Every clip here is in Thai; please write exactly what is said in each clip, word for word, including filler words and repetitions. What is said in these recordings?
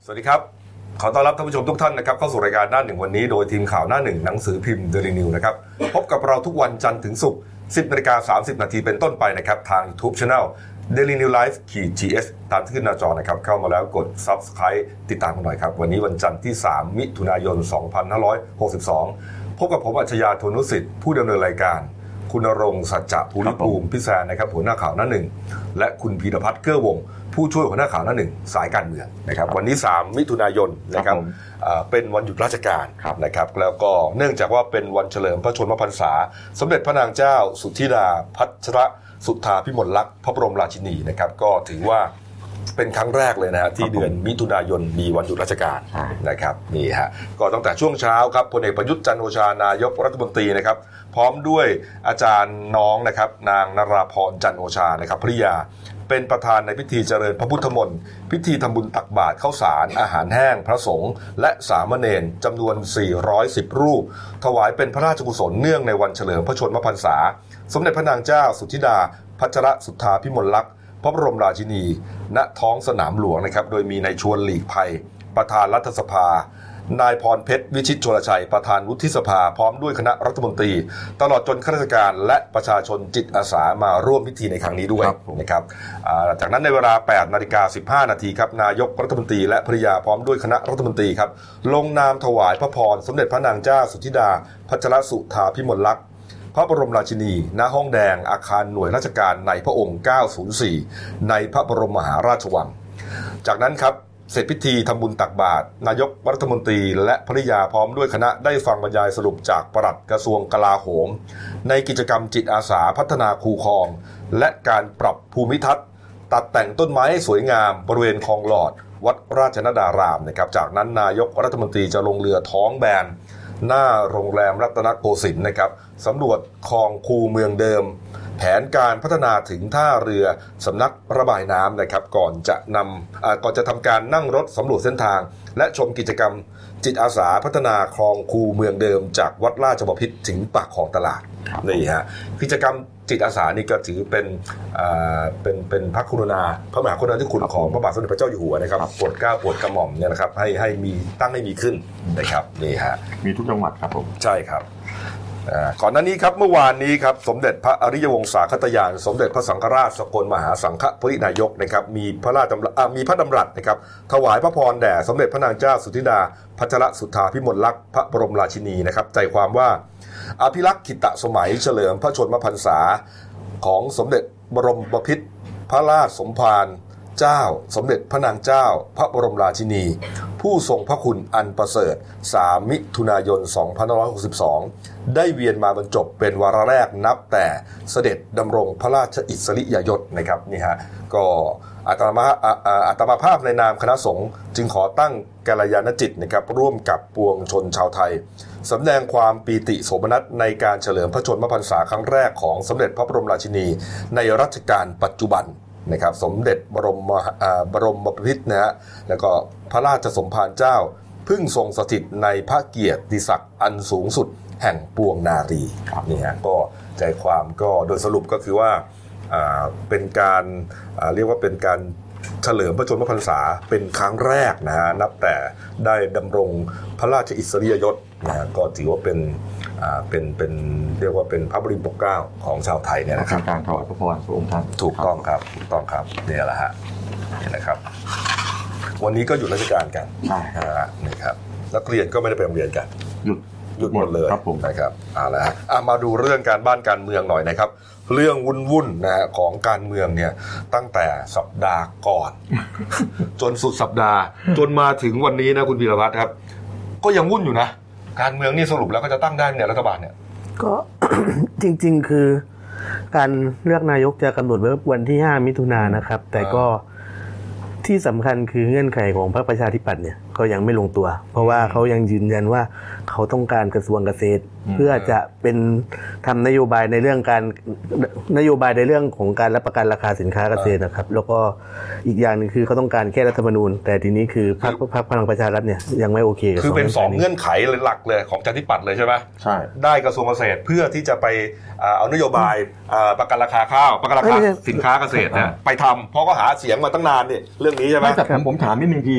สวัสดีครับขอต้อนรับท่านผู้ชมทุกท่านนะครับเข้าสู่รายการหน้าหนึ่งวันนี้โดยทีมข่าวหน้าหนึ่งหนังสือพิมพ์ Daily News นะครับพบกับเราทุกวันจันทร์ถึงศุกร์ สิบนาฬิกาสามสิบนาทีเป็นต้นไปนะครับทาง YouTube Channel Daily News Live จี เอส ตามที่ขึ้นหน้าจอนะครับเข้ามาแล้วกด Subscribe ติดตามกันหน่อยครับวันนี้วันจันทร์ที่สามมิถุนายนสองพันห้าร้อยหกสิบสองพบกับผมอัจฉริยะ โทนุสิทธิ์ผู้ดำเนินรายการคุณณรงค์สัจจะภูริภูมิพิแซนนะครับหัวหน้าข่าวหน้าหนึ่งและคุณพีรพัฒน์เกื้อวงผู้ช่วยหัวหน้าข่าวหน้าหนึ่งสายการเมืองนะครับวันนี้สามมิถุนายนนะครับเป็นวันหยุดราชการนะครับแล้วก็เนื่องจากว่าเป็นวันเฉลิมพระชนมพรรษาสมเด็จพระนางเจ้าสุทธิดาพัชรสุทธาภิมลลักษณ์พระบรมราชินีนะครับก็ถือว่าเป็นครั้งแรกเลยนะฮะที่เดือนมิถุนายนมีวันหยุดราชการนะครับนี่ฮะก็ตั้งแต่ช่วงเช้าครับพลเอกประยุทธ์จันทร์โอชานายกรัฐมนตรีนะครับพร้อมด้วยอาจารย์น้องนะครับนางนราพรจันทร์โอชานะครับภริยาเป็นประธานในพิธีเจริญพระพุทธมนต์พิธีทำบุญตักบาตรข้าวสารอาหารแห้งพระสงฆ์และสามเณรจำนวนสี่ร้อยสิบรูปถวายเป็นพระราชกุศลเนื่องในวันเฉลิมพระชนมพรรษาสมเด็จพระนางเจ้าสุทธิดาพัชรสุทธาภิมลลักษณ์พระบรมราชินีณท้องสนามหลวงนะครับโดยมีนายชวนหลีกภัยประธานรัฐสภานายพรเพชรวิชิตชลชัยประธานวุฒิสภาพร้อมด้วยคณะรัฐมนตรีตลอดจนข้าราชการและประชาชนจิตอาสามาร่วมพิธีในครั้งนี้ด้วยนะครับจากนั้นในเวลา แปดนาฬิกาสิบห้านาทีครับนายกรัฐมนตรีและภริยาพร้อมด้วยคณะรัฐมนตรีครับลงนามถวายพระพรสมเด็จพระนางเจ้าสุทธิดาพัชรสุทธาภิมลลักษณ์พระบรมราชินีณห้องแดงอาคารหน่วยราชการในพระองค์เก้าศูนย์สี่ในพระบรมมหาราชวังจากนั้นครับเสร็จพิธีทำบุญตักบาตรนายกรัฐมนตรีและภริยาพร้อมด้วยคณะได้ฟังบรรยายสรุปจากปลัดกระทรวงกลาโหมในกิจกรรมจิตอาสาพัฒนาคูคลองและการปรับภูมิทัศน์ตัดแต่งต้นไม้ให้สวยงามบริเวณคลองหลอดวัดราชนดารามนะครับจากนั้นนายกรัฐมนตรีจะลงเรือท้องแบนหน้าโรงแรมรัตนโกสินทร์นะครับสำรวจคลองคูเมืองเดิมแผนการพัฒนาถึงท่าเรือสำนักระบายน้ำนะครับก่อนจะนำก่อนจะทำการนั่งรถสำรวจเส้นทางและชมกิจกรรมจิตอาสาพัฒนาคลองคูเมืองเดิมจากวัดราชบพิตรถึงปากคลองตลาดนี่ฮะกิจกรรมจิตอาสานี่ก็ถือเป็นเป็นเป็นพระกรุณาพระมหากรุณาธิคุณของพระบาทสมเด็จพระเจ้าอยู่หัวนะครับโปรดเกล้าโปรดกระหม่อมเนี่ยนะครับให้ให้มีตั้งให้มีขึ้นนะครับนี่ฮะมีทุกจังหวัดครับผมใช่ครับก่อนหน้านี้ครับเมื่อวานนี้ครับสมเด็จพระอริยวงศาคตยานสมเด็จพระสังฆราชสกลมหาสังฆปรินายกนะครับมีพระราชดำรัสมีพระดำรัสนะครับถวายพระพรแด่สมเด็จพระนางเจ้าสุทธิดาพัชรสุทธาภิมลลักษณ์พระบรมราชินีนะครับใจความว่าอภิรักษ์ขิตสมัยเฉลิมพระชนมพรรษาของสมเด็จบรมบพิตรพระราชสมภารเจ้าสมเด็จพระนางเจ้าพระบรมราชินีผู้ทรงพระคุณอันประเสริฐสามมิถุนายนสองพันห้าร้อยหกสิบสองได้เวียนมาบรรจบเป็นวาระแรกนับแต่เสด็จดำรงพระราชอิสริยยศนะครับนี่ฮะก็อาตมาอาตมาภาพในนามคณะสงฆ์จึงขอตั้งกัลยาณจิตนะครับร่วมกับปวงชนชาวไทยสำแดงความปีติโสมนัสในการเฉลิมพระชนมพรรษาครั้งแรกของสมเด็จพระบรมราชินีในรัชกาลปัจจุบันนะครับสมเด็จบรมบรมบพิตรนะฮะแล้วก็พระราชสมภารเจ้าพึ่งทรงสถิตในพระเกียรติศักดิ์อันสูงสุดแห่งปวงนารีนี่ฮะก็ใจความก็โดยสรุปก็คือว่าเป็นการเรียกว่าเป็นการเฉลิมพระชนมพรรษาเป็นครั้งแรกนะฮะนับแต่ได้ดำรงพระราชอิสริยยศนะก็ถือว่าเป็นเป็นเป็นเรียกว่าเป็นพระบรมโปรดเกล้าของชาวไทยเนี่ยนะครับการถวายพระพรพระองค์ท่านถูกต้องครับถูกต้องครับนี่แหละฮะนี่นะครับวันนี้ก็หยุดราชการกันใช่นี่ครับนักเรียนก็ไม่ได้ไปโรงเรียนกันหยุดหยุดหมดเลยนะครับเอาละฮะมาดูเรื่องการบ้านการเมืองหน่อยนะครับเรื่องวุ่นๆนะฮะของการเมืองเนี่ยตั้งแต่สัปดาห์ก่อน จนสุดสัปดาห์จนมาถึงวันนี้นะคุณพีรพัฒน์ครับก็ยังวุ่นอยู่นะการเมืองนี่สรุปแล้วก็จะตั้งได้เนี่ยรัฐบาลเนี่ยก็ จริงๆคือการเลือกนายกจะกำหนดไว้วันที่ห้ามิถุนายนนะครับแต่ก็ที่สำคัญคือเงื่อนไขของพรรคประชาธิปัตย์เนี่ยก็ยังไม่ลงตัวเพราะว่าเขายังยืนยันว่าเขาต้องการกระทรวงเกษตรเพื่อจะเป็นทำนโยบายในเรื่องการนโยบายในเรื่องของการรับประกันราคาสินค้าเกษตรนะครับแล้วก็อีกอย่างนึงคือเขาต้องการแก้รัฐธรรมนูญแต่ทีนี้คือพรรคพรรคพลังประชารัฐเนี่ยยังไม่โอเคคือเป็นสองเงื่อนไขหลักเลยของประชาธิปัตย์เลยใช่ไหมใช่ได้กระทรวงเกษตรเพื่อที่จะไปเอานโยบายประกันราคาข้าวประกันราคาสินค้าเกษตรเนี่ยไปทำเพราะก็หาเสียงมาตั้งนานเนี่ยเรื่องนี้ใช่ไหมแต่ผมผมถามนิดนึงที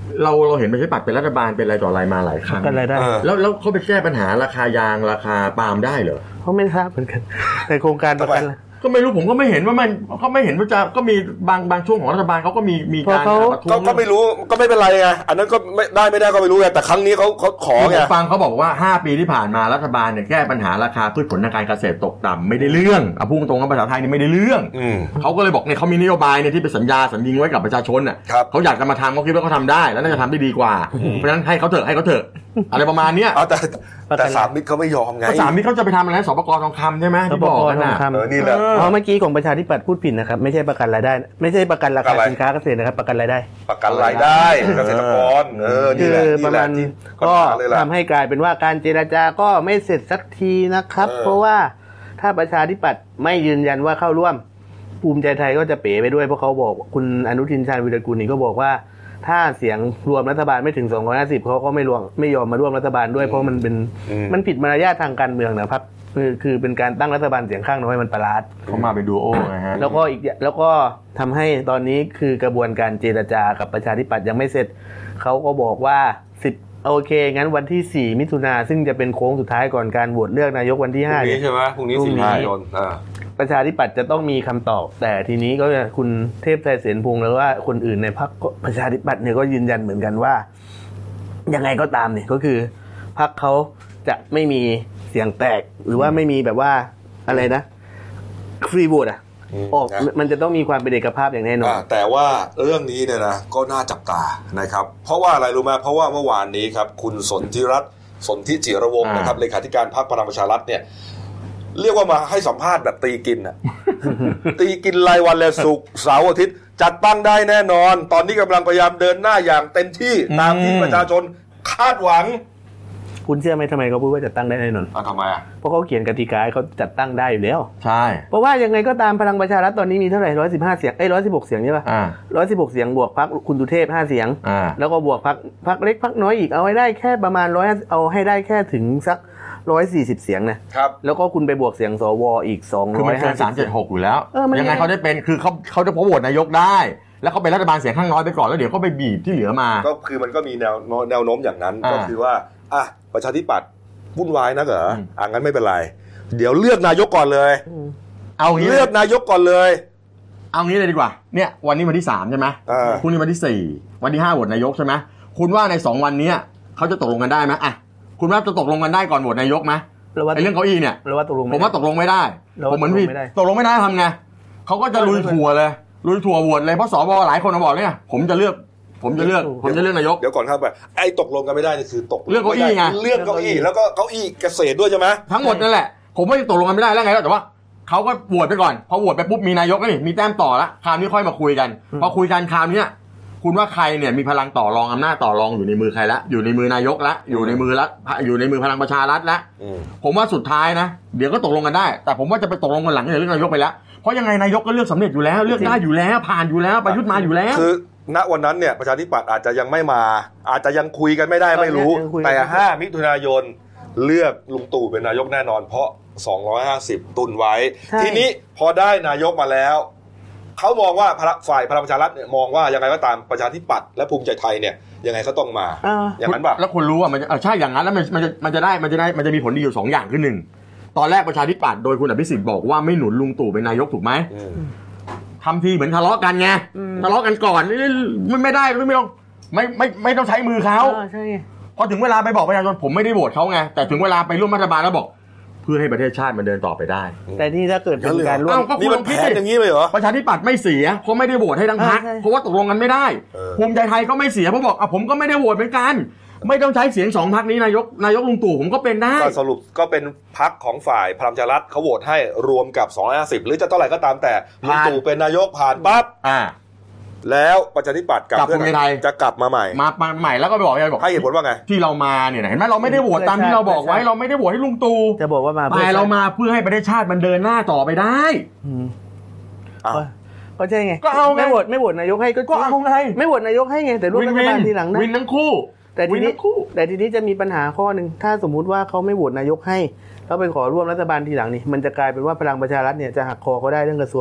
เราเราเห็นประชาธิปัตย์เป็นรัฐบาลเป็นอะไรต่ออะไรมาหลายครั้งกันอะไรได้แล้วแล้วเขาไปแก้ปัญหาราคายางราคาปาล์มได้เหรอเขาไม่ทราบเหมือนกันแต่โครงการประกันก็ไม่รู้ผมก็ไม่เห็นว่ามันก็ไม่เห็นว่าจะก็มีบางบางช่วงของรัฐบาลเขาก็มีมีการประท้วก็งก็ไม่รู้ก็ไม่เป็นไรไงอันนั้นก็ไม่ได้ไม่ได้ก็ไม่รู้ไงแต่ครั้งนี้เขาเขาขอผไงมฟังเขาบอกว่าห้าปีที่ผ่านมารัฐบาลเนี่ยแก้ปัญหาราคาพืชผลทางการเกษตรตกต่ำไม่ได้เรื่องเอาพูดตรงๆภาษาไทยนี่ไม่ได้เรื่องอืมเขาก็เลยบอกเนี่ยเขามีนโยบายเนี่ยที่เป็นสัญญาสัญญิงไว้กับประชาชนน่ะครับเขาอยากจะมาทำเขาคิดว่าเขาทำได้แล้วน่าจะทำได้ดีกว่าเพราะฉะนั้นให้เขาเถอะให้เขาเถอะอะไรประมาณเนี้ยเอาแต่แต่สามมิตรเขาไม่ยอมไงก็สามมิตรเขาจะไปทำอะไรนะสปกทองคำใช่ไหมที่บอกกันน่ะเออนี่แหละอ๋อเมื่อกี้ของประชาธิปัตย์พูดผิดนะครับไม่ใช่ประกันรายได้ ไม่ใช่ประกันราประกันอะไรคาสินค้าเกษตรนะครับประกันรายได้ประกันรายได้เกษตรกรเออนี่คืแหละอนี่ประแหละมาณที่ก็ปัญหาเลยล่ะทำให้กลายเป็นว่าการเจรจาก็ไม่เสร็จสักทีนะครับเออเพราะว่าถ้าประชาธิปัตย์ไม่ยืนยันว่าเข้าร่วม ภูมิใจไทยก็จะเป๋ไปด้วยเพราะเขาบอกคุณอนุทินชาญวีรกูลนี่ก็บอกว่า ถ้าเสียงรวมรัฐบาลไม่ถึงสองร้อยห้าสิบเขาก็ไม่รวมไม่ยอมมาร่วมรัฐบาลด้วยเพราะมันเป็นอืมมันผิดมารยาททางการเมืองนะครับคือคือเป็นการตั้งรัฐบาลเสียงข้างน้อยมันประหลาดเขามาเป็นดูโอนะฮะแล้วก็อีกอย่างแล้วก็ทำให้ตอนนี้คือกระบวนการเจรจากับประชาธิปัตย์ยังไม่เสร็จเขาก็บอกว่าสิบโอเคงั้นวันที่สี่มิถุนาซึ่งจะเป็นโค้งสุดท้ายก่อนการโหวตเลือกนายกวันที่พรุ่ห้างนี้เนี่ยใช่ไหมพรุ่งนี้พรุ่สี่งนี้มิถุนายนอ่าประชาธิปัตย์จะต้องมีคำตอบ แต่ทีนี้ก็คุณเทพไทยเสนพงษ์แล้วว่าคนอื่นในพรรคประชาธิปัตย์เนี่ยก็ยืนยันเหมือนกันว่ายังไงก็ตามเนี่ยก็คือพรรคเขาจะไม่มีเสียงแตกหรือว่าไม่มีแบบว่าอะไรนะฟรีโหวตอ่ะอืมออกนะมันจะต้องมีความเป็นเอกภาพอย่างแน่นอนอ่าแต่ว่าเรื่องนี้เนี่ยนะก็น่าจับตานะครับเพราะว่าอะไรรู้ไหมเพราะว่าเมื่อวานนี้ครับคุณสนธิรัตน์สนธิจิรวงศ์อ่านนะครับเลขาธิการพรรคพลังประชารัฐเนี่ยเรียกว่ามาให้สัมภาษณ์แบบตีกินอ่ะ ตีกินรายวันและศุกร์เสาร์อาทิตย์จัดตั้งได้แน่นอน ตอนนี้กำลังพยายามเดินหน้าอย่างเต็มที่ตามที่ประชาชนคาดหวังคุณเชื่อไหมทำไมเขาพูดว่าจัดตั้งได้แน่นอนอ่ะทำไมอ่ะเพราะเขาเขียนกติกาให้เขาจัดตั้งได้อยู่แล้วใช่เพราะว่ายังไงก็ตามพลังประชารัฐตอนนี้มีเท่าไหร่ร้อยสิบห้าเสียงเอ้ยร้อยสิบหกเสียงใช่ป่ะอ่าร้อยสิบหกเสียงบวกพรรคคุณสุเทพห้าเสียงอ่าแล้วก็บวกพรรคพรรคเล็กพรรคน้อยอีกเอาให้ได้แค่ประมาณร้อยเอาให้ได้แค่ถึงสักร้อยสี่สิบเสียงนะครับ แล้วก็คุณไปบวกเสียงสวอีกสองคือร้อมัยนเกิห้าน สิสามบเจ็ดหกอยู่แล้วเออมันยังไงเขาได้เป็นคือเขาเขาจะพบโหวตนายกได้ แล้วเขาเป็นรัฐบาลเสียงข้างน้อยไปก่อนแล้วเดี๋ยวเขาไปบีบที่เหลือมาก็คือมันก็มีแนวแนวโน้มอย่างนั้นอ่าก็คือว่าอ่ะประชาธิปัตย์วุ่นวายนะเหรออืมอ่ะงั้นไม่เป็นไร เดี๋ยวเลือกนายกก่อนเลยเอางี้เลือกนายกก่อนเลยเอางี้เลยดีกว่าเนี่ยวันนี้วันที่สามใช่ไหมอ่าพรุ่งนี้วันที่สี่วันที่ห้าโหวตนายกใช่ไหมคุณว่าในสองวันนี้เขาจะตกลงกันได้ไหมอ่ะคุณว่าจะตกลงกันได้ก่อนโหวตนายกไหมแล้วว่าไอ้เรื่องเก้าอี้เนี่ยแล้วว่าตกลงผมว่าตกลงไม่ได้แล้วผมเหมือนพี่ตกลงไม่ได้ตกลงไม่ได้ทำไงเขาก็จะลุยถั่วเลยลุยถั่วโหวตเลยเพราะสวหลายคนมาบอกเนี่ยผมจะเลือก ผมจะเลือกผมจะเลือกนายกเดี๋ยวก่อนครับไปไอ้ตกลงกันไม่ได้นี่คือตกลงเรื่องเก้าอี้ไงเรื่องเก้าอี้แล้วก็เก้าอี้เกษตรด้วยใช่ไหมทั้งหมดนั่นแหละผมไม่ตกลงกันไม่ได้แล้วไงแต่ว่าเขาก็โหวตไปก่อนพอโหวตไปปุ๊บมีนายกนี่มีแต้มต่อละคราวนี้ค่อยมาคุยกันพอคุยกันคราวนี้คุณว่าใครเนี่ยมีพลังต่อรองอำนาจต่อรองอยู่ในมือใครละอยู่ในมือนายกละอยู่ในมือละอยู่ในมือพลังประชารัฐละอืมผมว่าสุดท้ายนะเดี๋ยวก็ตกลงกันได้ แต่ผมว่าจะไปตกลงกันหลังจากเรื่องนายกไปแล้วเพราะยังไงนายกก็เลือกสำเร็จอยู่แล้วเลือกได้อยู่แล้วผ่านอยู่แล้วประยุทธ์มาอยู่แล้วคือณวันนั้นเนี่ยประชาธิปัตย์อาจจะยังไม่มา อาจจะยังคุยกันไม่ได้ไม่รู้ยังคุยกันแต่ห้ามิถุนายนเลือกลุงตู่เป็นนายกแน่นอน เพราะสองร้อยห้าสิบตุนไว้ใช่ทีนี้พอได้นายกมาแล้วเขามองว่าพรรคฝ่ายพลังประชารัฐเนี่ยมองว่ายังไงก็ตามประชาธิปัตย์และภูมิใจไทยเนี่ยยังไงก็ต้องมาอ่าอย่างนั้นป่ะแล้วคุณรู้ว่ามันจะเออใช่อย่างนั้นแล้วมันมันจะมันจะได้มันจะได้มันจะมีผลดีอยู่สองอย่างคือหนึ่งตอนแรกประชาธิปัตย์โดยคุณอภิสิทธิ์บอกว่าไม่หนุนลุงตู่เป็นนายกถูกไหมอืมทำทีเหมือนทะเลาะกันไงอืมทะเลาะกันก่อนไม่ไม่ได้ไม่ไม่ต้องไม่ไม่ไม่ต้องใช้มือเขาอ่าใช่ไงพอถึงเวลาไปบอกประชาชนผมไม่ได้โหวตเขาไงแต่ถึงเวลาไปร่วมรัฐบาลแล้วบอก เพื่อให้ประเทศชาติมันเดินต่อไปได้แต่นี่ถ้าเกิดเป็นการร่วมเอ้าก็นี่มันแผนอย่างนี้เลยเหรอประชาธิปัตย์ไม่เสียเพราะไม่ได้โหวตให้ทั้งพรรคอ่าใช่เพราะว่าตกลงกันไม่ได้เออภูมิใจไทยก็ไม่เสียเพราะบอกอ่ะผมก็ไม่ได้โหวตเหมือนกัน ไม่ต้องใช้เสียงสองพรรคนี้นายกนายกลุงตู่ผมก็เป็นได้ก็สรุปก็เป็นพรรคของฝ่ายพลังประชารัฐเขาโหวตให้รวมกับสองร้อยห้าสิบหรือจะเท่าไหร่ก็ตามแต่ลุงผ่านตู่เป็นนายกผ่านปั๊บอ่าแล้วประชาธิปัตย์กับกับเพื่อภูมิใจไทยจะกลับมาใหม่มามาใหม่แล้วก็ไปบอกยังบอกให้เหตุผลว่าไงที่เรามาเนี่ยเห็นไหมเราไม่ได้โหวตตามที่เราบอกไว้เราไม่ได้โหวตให้ลุงตู่จะบอกว่ามาแต่เรามาเพื่อให้ประเทศชาติมันเดินหน้าต่อไปได้อืมอ้าวก็ใช่ไงก็เอาไงไม่โหวตไม่โหวตนายกให้ก็ก็เอาไงไม่โหวตนายกให้ไงแต่ร่วมรัฐบาลทีหลังนะวินทั้งคู่แต่ทีวินนี้ทั้งคู่แต่ทีนี้จะมีปัญหาข้อหนึ่งถ้าสมมุติว่าเขาไม่โหวตนายกให้แล้วไปขอร่วมรัฐบาลทีหลังนี่มันจะกลายเป็นว่าพลังประชารัฐเนี่ยจะหักคอเขาได้เรื่องกระทรวง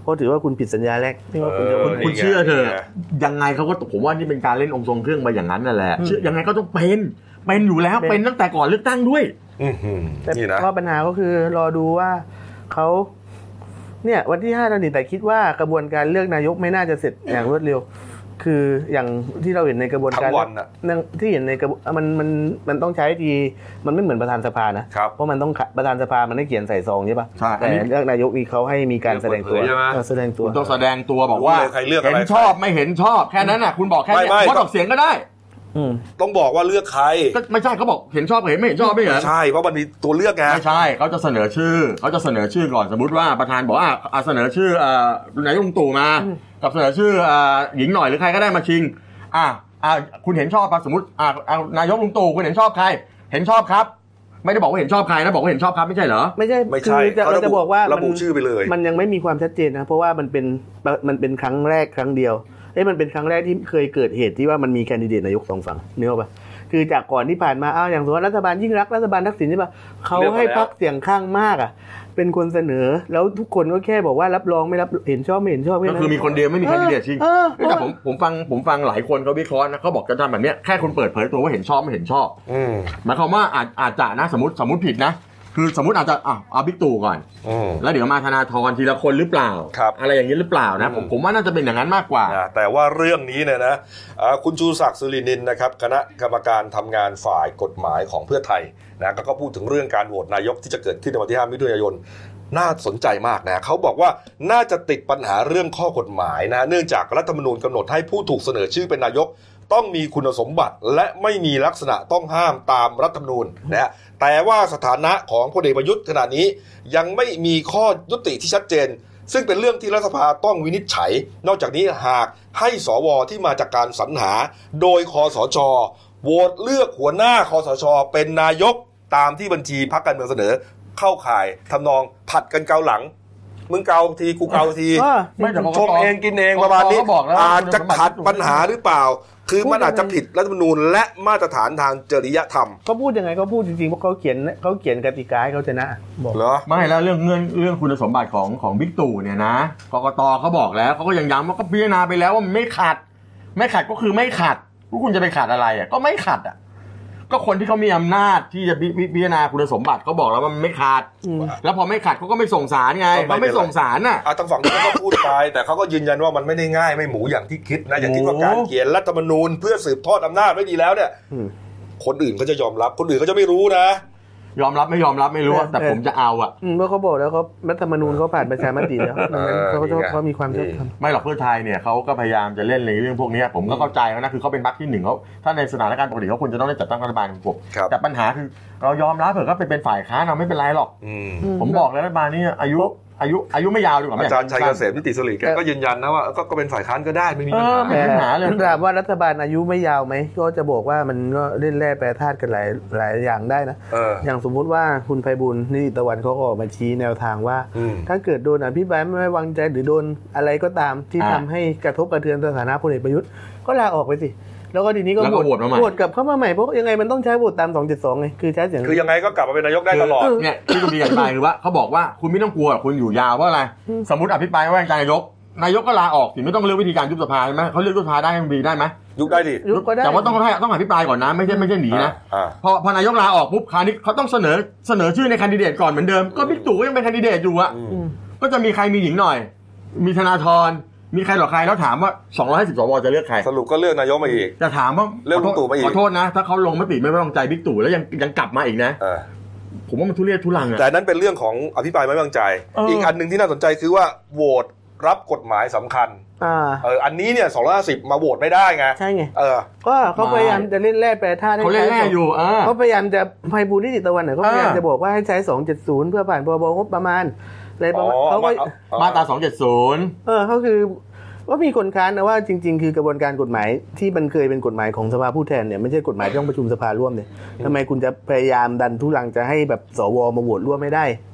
เพราะถือว่าคุณผิดสัญญาแรกที่ว่าคุณจะเออคุณเชื่อเถอะยังไงเขาก็ผมว่านี่เป็นการเล่นองค์ทรงเครื่องมาอย่างนั้นนั่นแหละเชื่อยังไงก็ต้องเป็นเป็นอยู่แล้วเป็นตั้งแต่ก่อนเลือกตั้งด้วยอือหือแต่นี่นะข้อปัญหาก็คือรอดูว่าเขาเนี่ยวันที่ห้าเราแต่คิดว่ากระบวนการเลือกนายกไม่น่าจะเสร็จอย่างรวดเร็วคืออย่างที่เราเห็นในกระบวนการทั้งวันน่ะที่เห็นในกระบวนมันมันมันต้องใช้ทีมันไม่เหมือนประธานสภานะครับ เพราะมันต้องประธานสภามันได้เขียนใส่ซองใช่ป่ะใช่แต่เลือกนายกนี่เขาให้มีการแสดงตัวเปิดเผยใช่ไหมแสดงตัวคุณต้องแสดงตัวบอกว่ารู้เลยใครเลือกอะไรเห็นชอบไม่เห็นชอบแค่นั้นน่ะคุณบอกแค่นี้ไม่ไม่งดออกเสียงก็ได้อืมต้องบอกว่าเลือกใครก็ไม่ใช่เขาบอกเห็นชอบเห็นไม่เห็นชอบไม่เหรอใช่เพราะมันมีตัวเลือกไงไม่ใช่เขาจะเสนอชื่อเขาจะเสนอชื่อก่อนสมมุติว่าประธานบอกว่าอ่ะเสนอชื่อเอ่อนายกลุงตู่มากับเสนอชื่อเอ่อหญิงหน่อยหรือใครก็ได้มาชิงอ่ะอ่ะคุณเห็นชอบป่ะสมมติอ่ะเอานายกลุงตู่คุณเห็นชอบใครเห็นชอบครับไม่ได้บอกว่าเห็นชอบใครนะบอกว่าเห็นชอบครับไม่ใช่เหรอไม่ใช่ไม่ใช่คือจะเขาเราระบุจะบอกว่าระบุชื่อไปเลยมันยังไม่มีความชัดเจนนะเพราะว่ามันเป็นมันเป็นครั้งแรกครั้งเดียวเอ้ยมันเป็นครั้งแรกที่เคยเกิดเหตุที่ว่ามันมีแคนดิเดตนายกสองฝั่งนึกออกปะคือจากก่อนที่ผ่านมาอ้าวอย่างสมมติว่ารัฐบาลยิ่งรักษณ์รัฐบาลทักษิณใช่ปะเขาให้พรรคเสียงข้างมากอ่ะเป็นคนเสนอแล้วทุกคนก็แค่บอกว่ารับรองไม่รับเห็นชอบไม่เห็นชอบแค่ก็นั้นคือมีคนเดียวไม่มีแคนดิเดตชิงเออเออแต่ผมผมฟังผมฟังหลายคนเขาวิเคราะห์นะเขาบอกจะทำแบบเนี้ยแค่คุณเปิดเผยตัวว่าเห็นชอบไม่เห็นชอบอืมหมายความว่าอาจอาจจะนะสมมติสมมติผิดนะคือสมมติอาจจะอ่ะเอาบิ๊กตู่ก่อนอืมแล้วเดี๋ยวมาธนาธรทีละคนหรือเปล่าครับอะไรอย่างนี้หรือเปล่านะผมอืมผมว่าน่าจะเป็นอย่างนั้นมากกว่านะแต่ว่าเรื่องนี้เนี่ยนะอ่าคุณชูศักดิ์สุรินินนะครับคณะกรรมการทำงานฝ่ายกฎหมายของเพื่อไทยนะก็พูดถึงเรื่องการโหวตนายกที่จะเกิดขึ้นในวันที่ห้ามิถุนายนน่าสนใจมากนะเขาบอกว่าน่าจะติดปัญหาเรื่องข้อกฎหมายนะเนื่องจากรัฐธรรมนูญกำหนดให้ผู้ถูกเสนอชื่อเป็นนายกต้องมีคุณสมบัติและไม่มีลักษณะต้องห้ามตามรัฐธรรมนูญนะแต่ว่าสถานะของพลเอกประยุทธ์ขณะนี้ยังไม่มีข้อยุติที่ชัดเจนซึ่งเป็นเรื่องที่รัฐสภาต้องวินิจฉัยนอกจากนี้หากให้สวที่มาจากการสรรหาโดยคสช.โหวตเลือกหัวหน้าคสช.เป็นนายกตามที่บัญชีพรรคการเมืองเสนอเข้าข่ายทำนองผัดกันเกาหลังมึงเกาทีกูเกาทีเออไม่แต่ชงเองกินเองประมาณนี้กกตก็บอกแล้วอาจจะขัดปัญหาหรือเปล่า คือพูดมันอาจจะยังไงผิดรัฐธรรมนูญและมาตรฐานทางจริยธรรมเขาพูดยังไงเขาพูดจริงๆเพราะเขาเขียนเขาเขียนกติกาให้เขาชนะบอกเหรอไม่แล้วเรื่องเงื่อนเรื่องคุณสมบัติของของบิ๊กตู่เนี่ยนะกกตเขาบอกแล้วเขาก็ยังย้ำว่าก็พิจารณาไปแล้วว่ามันไม่ขัด ไม่ขัดก็คือไม่ขัดพวกคุณจะไปขัดอะไรอ่ะก็ไม่ขัดอ่ะก็คนที่เขามีอำนาจที่จะพิจารณาคุณสมบัติเขาบอกแล้วว่ามันไม่ขัดอืมแล้วพอไม่ขัดเขาก็ไม่ส่งสารไงก็ไม่เขาไม่เป็นไรส่งสารน่ะอ่ะทางฝั่งนี้ก็พูดไป แต่เขาก็ยืนยันว่ามันไม่ได้ง่ายไม่หมูอย่างที่คิดนะอย่างที่ว่าโอ้การเขียนรัฐธรรมนูญเพื่อสืบทอดอำนาจไว้ดีแล้วเนี่ยอืมคนอื่นก็จะยอมรับคนอื่นก็จะไม่รู้นะยอมรับไม่ยอมรับไม่รู้อะแต่ผมจะเอาอ่ะอืมเพราะเขาบอกแล้วเขารัฐธรรมนูญเขาผ่านประชามติแล้วดังนั้นเขาก็เขามีความชอบธรรมไม่หรอกเพื่อไทยเนี่ยเขาก็พยายามจะเล่นในเรื่องพวกนี้ผมก็เข้าใจเขานะคือเขาเป็นพรรคที่หนึ่งเขาถ้าในสถานการณ์ปกติเขาควรจะต้องได้จัดตั้งรัฐบาลของผมครับแต่ปัญหาคือเรายอมรับเถอะก็เป็นเป็นฝ่ายค้านเราไม่เป็นไรหรอกอืมผมบอกเลยรัฐบาลนี้อายุอายุอายุไม่ยาวดีกว่าไหมอาจารย์ชัยเกษมนิติสิริแกก็ยืนยันนะว่าก็ก็เป็นฝ่ายค้านก็ได้ไม่มีเอปัญอหาไม่มีปัญหาเลยถามว่ารัฐบาลอายุไม่ยาวไหมก็จะบอกว่ามันก็เล่นแร่แปรธาตุกันหลายหลายอย่างได้นะเอออย่างสมมุติว่าคุณไพบูลย์นิติตะวันเขาก็ออกมาชี้แนวทางว่าอืมถ้าเกิดโดนอภิปรายไม่ไว้วางใจหรือโดนอะไรก็ตามที่อ่าทำให้กระทบกระเทือนสถานะพลเอกประยุทธ์ก็ลาออกไปสิแล้วก็ทีนี้ก็แล้วก็โหวตมาใหม่โหวตกลับเข้ามาใหม่เพราะยังไงมันต้องใช้โหวตตามสองเจ็ดสองไงคือใช้เสียงคือยังไงก็กลับมาเป็นนายกได้ตลอดเนี่ยที่คุณดีอธิบายคือว่าเขาบอกว่าคุณไม่ต้องกลัวคุณอยู่ยาวเพราะอะไรสมมติอภิปรายไม่ไว้วางใจนายกนายกก็ลาออกสิไม่ต้องเลือกวิธีการยุบสภาใช่ไหมเขาเลือกยุบสภาได้มันดีได้ไหมยุบได้ดิยุบก็ได้แต่ว่าต้องให้ต้องอภิปรายก่อนนะไม่ใช่ไม่ใช่หนีนะอ่าพอพอนายกลาออกปุ๊บคราวนี้เขาต้องเสนอเสนอชื่อในแคนดิเดตก่อนเหมือนเดิมก็บิ๊กตู่ก็ยังเป็นแคนดิเดตอยู่อะอืมอืมก็จะมีใครมีหญิงหน่อย มีธนาธรมีใครต่อใครแล้วถามว่าสองร้อยห้าสิบสวจะเลือกใครสรุปก็เลือกนายกมาอีกจะถามว่าเลือกลุงตู่มาอีกขอโทษนะ ถ้าเขาลงมติไม่ไว้วางใจบิ๊กตู่แล้วยังยังกลับมาอีกนะเออผมว่ามันทุเรศทุลังอะแต่นั้นเป็นเรื่องของอภิปรายไม่ไว้วางใจเอออีอีกอันหนึ่งที่น่าสนใจคือว่าโหวตรับกฎหมายสำคัญอ่าเอออันนี้เนี่ยสองร้อยห้าสิบมาโหวตไม่ได้ไงใช่ไงเออก็เขาพยายามจะเล่นแร่แปรธาตุให้เขาเล่นใช้แร่อยู่เออเขาพยายามจะไพบูลย์นิติตะวันเนี่ยเขาพยายามเออจะบอกว่าให้ใช้สองเจ็ดศูนย์เพื่อผ่านพรบงบประมาณอะไรประมาณอ๋อเขาก็เอาเอามาตราสองเจ็ดศูนย์เออเขาคือว่ามีคนค้านนะว่าจริง ๆ คือกระบวนการกฎหมายที่มันเคยเป็นกฎหมายของสภาผู้แทนเนี่ยไม่ใช่กฎหมายที่ต้องประชุมสภาร่วมเนี่ยทำไมคุณจะพยายามดันทุลังจะให้แบบสวมาโหวตร่วมไม่ได้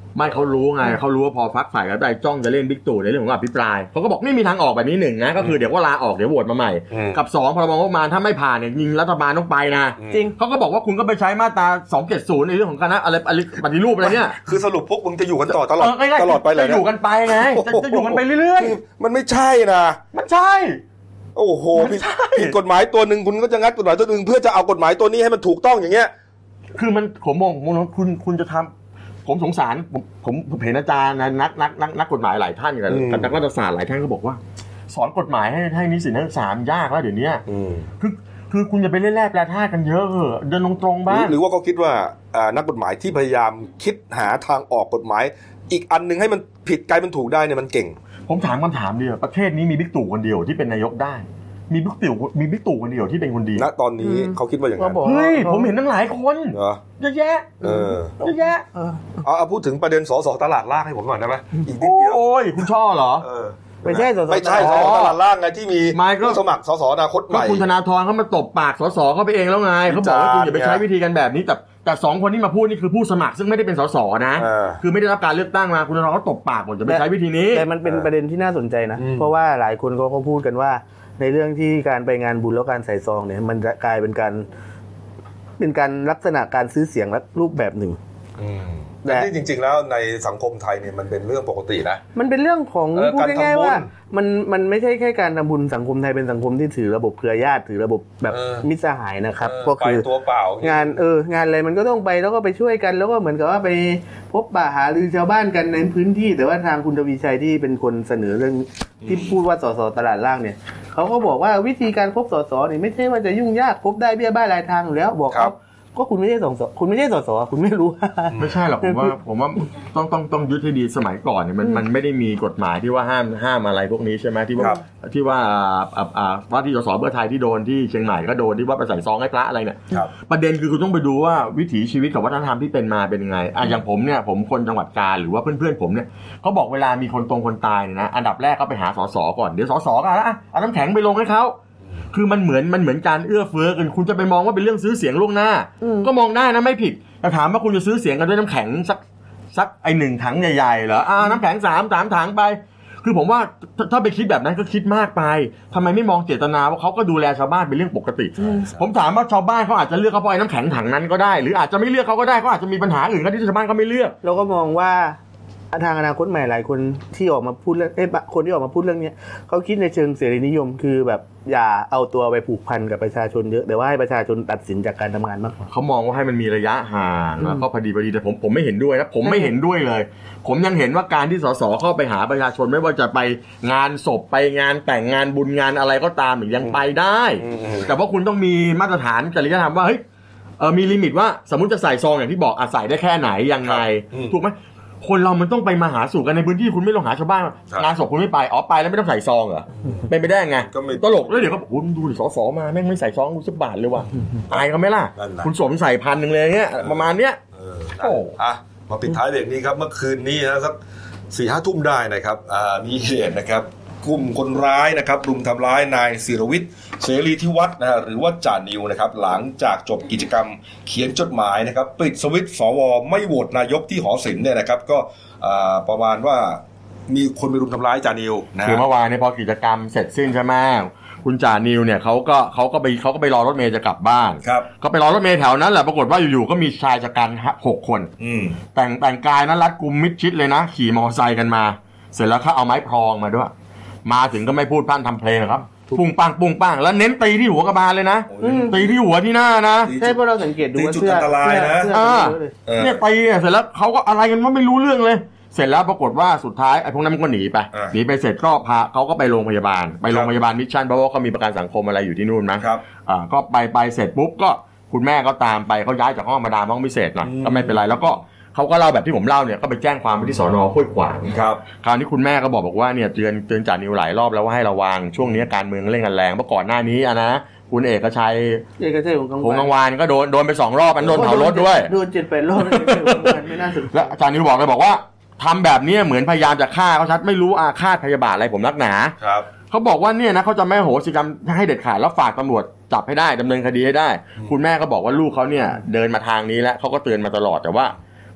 ไม่เขารู้ไงเขารู้ว่าพอฟักฝ่ายก็ได้จ้องจะเล่นบิ๊กตู่ในเรื่องของอภิปรายเขาก็บอกไม่มีทางออกแบบนี้หนึ่งนะก็คือเดี๋ยวก็ลาออกเดี๋ยวโหวตมาใหม่กับสองพรบงบประมาณถ้าไม่ผ่านเนี่ยยิงรัฐบาลต้องไปนะจริงเขาก็บอกว่าคุณก็ไปใช้มาตราสองเจ็ดศูนย์ในเรื่องของคณะอะไรปฏิรูปอะไรเนี่ยคือสรุปพวกมึงจะอยู่กันต่อตลอดตลอดไปเลยจะอยู่กันไปไงจะอยู่กันไปเรื่อยๆมันไม่ใช่นะมันใช่โอ้โหผิดกฎหมายตัวนึงคุณก็จะงัดกฎหมายตัวนึงเพื่อจะเอากฎหมายตัวนี้ให้มันถูกต้องอย่างเงี้ยคือมันผมมองมองคุณคุณจะทำผมสงสารผมผมเห็นอาจารย์นักนักนักนักกฎหมายหลายท่านกับนักรัฐศาสตร์หลายท่านก็บอกว่าสอนกฎหมายให้ให้นิสิตนักศึกษายากแล้วเดี๋ยวนี้คือคือคุณจะไปเล่นแร่แปรธาตุกันเยอะเหอะเดินตรงๆบ้างหรือว่าเขาคิดว่านักกฎหมายที่พยายามคิดหาทางออกกฎหมายอีกอันนึงให้มันผิดกลายเป็นถูกได้เนี่ยมันเก่งผมถามคำถามเดียวประเทศนี้มีบิ๊กตู่คนเดียวที่เป็นนายกได้มีบิ๊กตู่มีบิ๊กตู่คนเดียวที่เป็นคนดีณตอนนี้เขาคิดว่าอย่างนั้นเฮ้ยผมเห็นตั้งหลายคนเหรอเยอะแยะเออเยอะแยะเอาเอาพูดถึงประเด็นสสตลาดล่างให้ผมหน่อยได้ไหมอีกนิดเดียวโอ้ยคุณชอบเหรอไม่ใช่สสไม่ใช่สสตลาดล่างไงที่มีผู้สมัครสสอนาคตใหม่ก็คุณธนาธรเขามาตบปากสสเขาไปเองแล้วไงเขาบอกว่าคุณอย่าไปใช้วิธีกันแบบนี้แต่แต่สองคนที่มาพูดนี่คือผู้สมัครซึ่งไม่ได้เป็นสสนะคือไม่ได้รับการเลือกตั้งมาคุณธนาธรเขาตบปากหมดจะไปใช้วิธีนี้แต่มันเป็นประเด็นที่น่าสนใจนะเพราะว่าหลายคนก็พูดกันว่าในเรื่องที่การไปงานบุญแล้วการใส่ซองเนี่ยมันจะกลายเป็นการเป็นการลักษณะการซื้อเสียงรูปแบบหนึ่งแต่ที่จริงๆแล้วในสังคมไทยเนี่ยมันเป็นเรื่องปกตินะมันเป็นเรื่องของพูดง่ายๆว่ามันมันไม่ใช่แค่การทำบุญสังคมไทยเป็นสังคมที่ถือระบบเครือญาติถือระบบแบบมิตรสหายนะครับก็คือตัวเปล่างานเอองานอะไรมันก็ต้องไปแล้วก็ไปช่วยกันแล้วก็เหมือนกับว่าไปพบปะหารือชาวบ้านกันในพื้นที่แต่ว่าทางคุณทวีชัยที่เป็นคนเสนอเรื่องที่พูดว่าสสตลาดล่างเนี่ยเขาก็บอกว่าวิธีการพบสสนี่ไม่ใช่ว่าจะยุ่งยากพบได้เบี้ยบ้ายรายทางอยู่แล้วบอกเขาก็คุณไม่ใช่สสคุณไม่ใช่สสคุณไม่รู้ไม่ใช่หรอกผมว่าผมว่าต้องต้องต้องยึดให้ดีสมัยก่อนเนี่ยมันมันไม่ได้มีกฎหมายที่ว่าห้ามห้ามอะไรพวกนี้ใช่ไหมที่ว่าที่ว่าอ่าอ่าว่าที่สสเพื่อไทยที่โดนที่เชียงใหม่ก็โดนที่ว่าไปใส่ซองให้พระอะไรเนี่ยประเด็นคือคุณต้องไปดูว่าวิถีชีวิตกับวัฒนธรรมที่เป็นมาเป็นยังไงอ่ะอย่างผมเนี่ยผมคนจังหวัดกาญหรือว่าเพื่อนๆผมเนี่ยเขาบอกเวลามีคนตรงคนตายเนี่ยนะอันดับแรกก็ไปหาสสก่อนเดี๋ยวสสก็อ่ะเอาน้ำแข็งไปลงให้เขาคือมันเหมือนมันเหมือนการเอื้อเฟื้อกันคุณจะไปมองว่าเป็นเรื่องซื้อเสียงล่วงหน้าก็มองได้นะไม่ผิดแต่ถามว่าคุณจะซื้อเสียงกันด้วยน้ำแข็งสักสักไอหนึ่งถังใหญ่ๆเหรออ่าน้ำแข็งสามสามถังไปคือผมว่าถ้าไปคิดแบบนั้นก็คิดมากไปทำไมไม่มองเจตนาว่าเขาก็ดูแลชาวบ้านเป็นเรื่องปกติผมถามว่าชาวบ้านเขาอาจจะเลือกเขาเพราะไอ้น้ำแข็งถังนั้นก็ได้หรืออาจจะไม่เลือกเขาก็ได้เขาอาจจะมีปัญหาอื่นก็ที่ชาวบ้านเขาไม่เลือกเราก็มองว่าทางอนาคตใหม่หลายคนที่ออกมาพูดเรื่องเอ๊ะคนที่ออกมาพูดเรื่องนี้เขาคิดในเชิงเสรีนิยมคือแบบอย่าเอาตัวไปผูกพันกับประชาชนเยอะแต่ว่าให้ประชาชนตัดสินจากการทำงานมากกว่าเขามองว่าให้มันมีระยะห่างแล้วก็พอดีพอดีแต่ผมผมไม่เห็นด้วยนะผมไม่เห็นด้วยเลยผมยังเห็นว่าการที่สสเข้าไปหาประชาชนไม่ว่าจะไปงานศพไปงานแต่งงานบุญงานอะไรก็ตามยังไปได้แต่ว่าคุณต้องมีมาตรฐานจริยธรรมว่าเฮ้ยเออมีลิมิตว่าสมมุติจะใส่ซองอย่างที่บอกอ่ะใส่ได้แค่ไหนยังไงถูกไหมคนเรามันต้องไปมาหาสู่กันในพื้นที่คุณไม่ลงหาชาวบ้านงานศพคุณไม่ไปอ๋อไปแล้วไม่ต้องใส่ซองเหรอเป็นไปได้ไงตลกแล้วเดี๋ยวก็โอ้ดูดิสสมาแม่งไม่ใส่ซองดูสิบบาทเลยว่ะอายเขาไหมล่ะคุณสวมใส่พันหนึ่งเลยเงี้ยประมาณเนี้ยโอ้อ่ะมาปิดท้ายเด็กนี้ครับเมื่อคืนนี้นะครับสี่ห้าทุ่มได้นะครับอ่ามีเหตุนะครับกลุ่มคนร้ายนะครับรุมทำร้ายนายศิรวิทย์เสรีที่วัดนะหรือว่าจ่านิวนะครับหลังจากจบกิจกรรมเขียนจดหมายนะครับปิดสวิตช์สวไม่โหวตนายกที่หอศิลป์เนี่ยนะครับก็ประมาณว่ามีคนไปรุมทำร้ายจ่านิวนะคือเมื่อวานนี้พอกิจกรรมเสร็จสิ้นใช่ไหมคุณจ่านิวเนี่ยเขาก็เขาก็ไปเขาก็ไปรอรถเมล์จะกลับบ้านครับเขาไปรอรถเมล์แถวนั้นแหละปรากฏว่าอยู่ๆก็มีชายชะกันหกคนแต่งแต่งกายนั้นรัดกุมมิดชิดเลยนะขี่มอเตอร์ไซค์กันมาเสร็จแล้วเขาเอาไม้พรองมาด้วยมาถึงก็ไม่พูดพร่ำทำเพลงครับปุ้งปังปุ้งปังแล้วเน้นตีที่หัวกระบาลเลยนะตีที่หัวที่หน้านะใช่เพราะเราสังเกตดูว่าเสื้อเนี่ยตีเสร็จแล้วเขาก็อะไรกันว่าไม่รู้เรื่องเลยเสร็จแล้วปรากฏว่าสุดท้ายไอ้พวกนั้นมันก็หนีไปหนีไปเสร็จก็พาเขาก็ไปโรงพยาบาลไปโรงพยาบาลมิชชั่นเพราะว่าเขามีประกันสังคมอะไรอยู่ที่นู่นนะครับอ่าก็ไปไปเสร็จปุ๊บก็คุณแม่ก็ตามไปเขาย้ายจากห้องธรรมดาห้องพิเศษหน่อยก็ไม่เป็นไรแล้วก็เขาก็เล่าแบบที่ผมเล่าเนี่ยก็ไปแจ้งความไปที่สน.ห้วยขวางครับคราวนี้คุณแม่ก็บอกบอกว่าเนี่ยเตือนเตือนจ่านิวหลายรอบแล้วว่าให้ระวังช่วงนี้การเมืองเล่นกันแรงเมื่อก่อนหน้านี้อะนะคุณเอกชัยเอกชัยหงกังวานก็โดนโดนไปสองรอบมันโดนเผารถด้วยโดนเจ็ดแปดรอบไม่น่าสนใจแล้วจ่านิวบอกเลยบอกว่าทำแบบนี้เหมือนพยายามจะฆ่าเขาชัดไม่รู้อาฆาตพยาบาทอะไรผมนักหนาครับเขาบอกว่าเนี่ยนะเขาจะไม่โหสิกรรมให้เด็ดขาดแล้วฝากตำรวจจับให้ได้ดำเนินคดีให้ได้คุณแม่ก็บอกว่าลูกเขาเนี่ยเดินมาทางนี้แล้วเขาก็เตือนมาตลอดแต่ว่า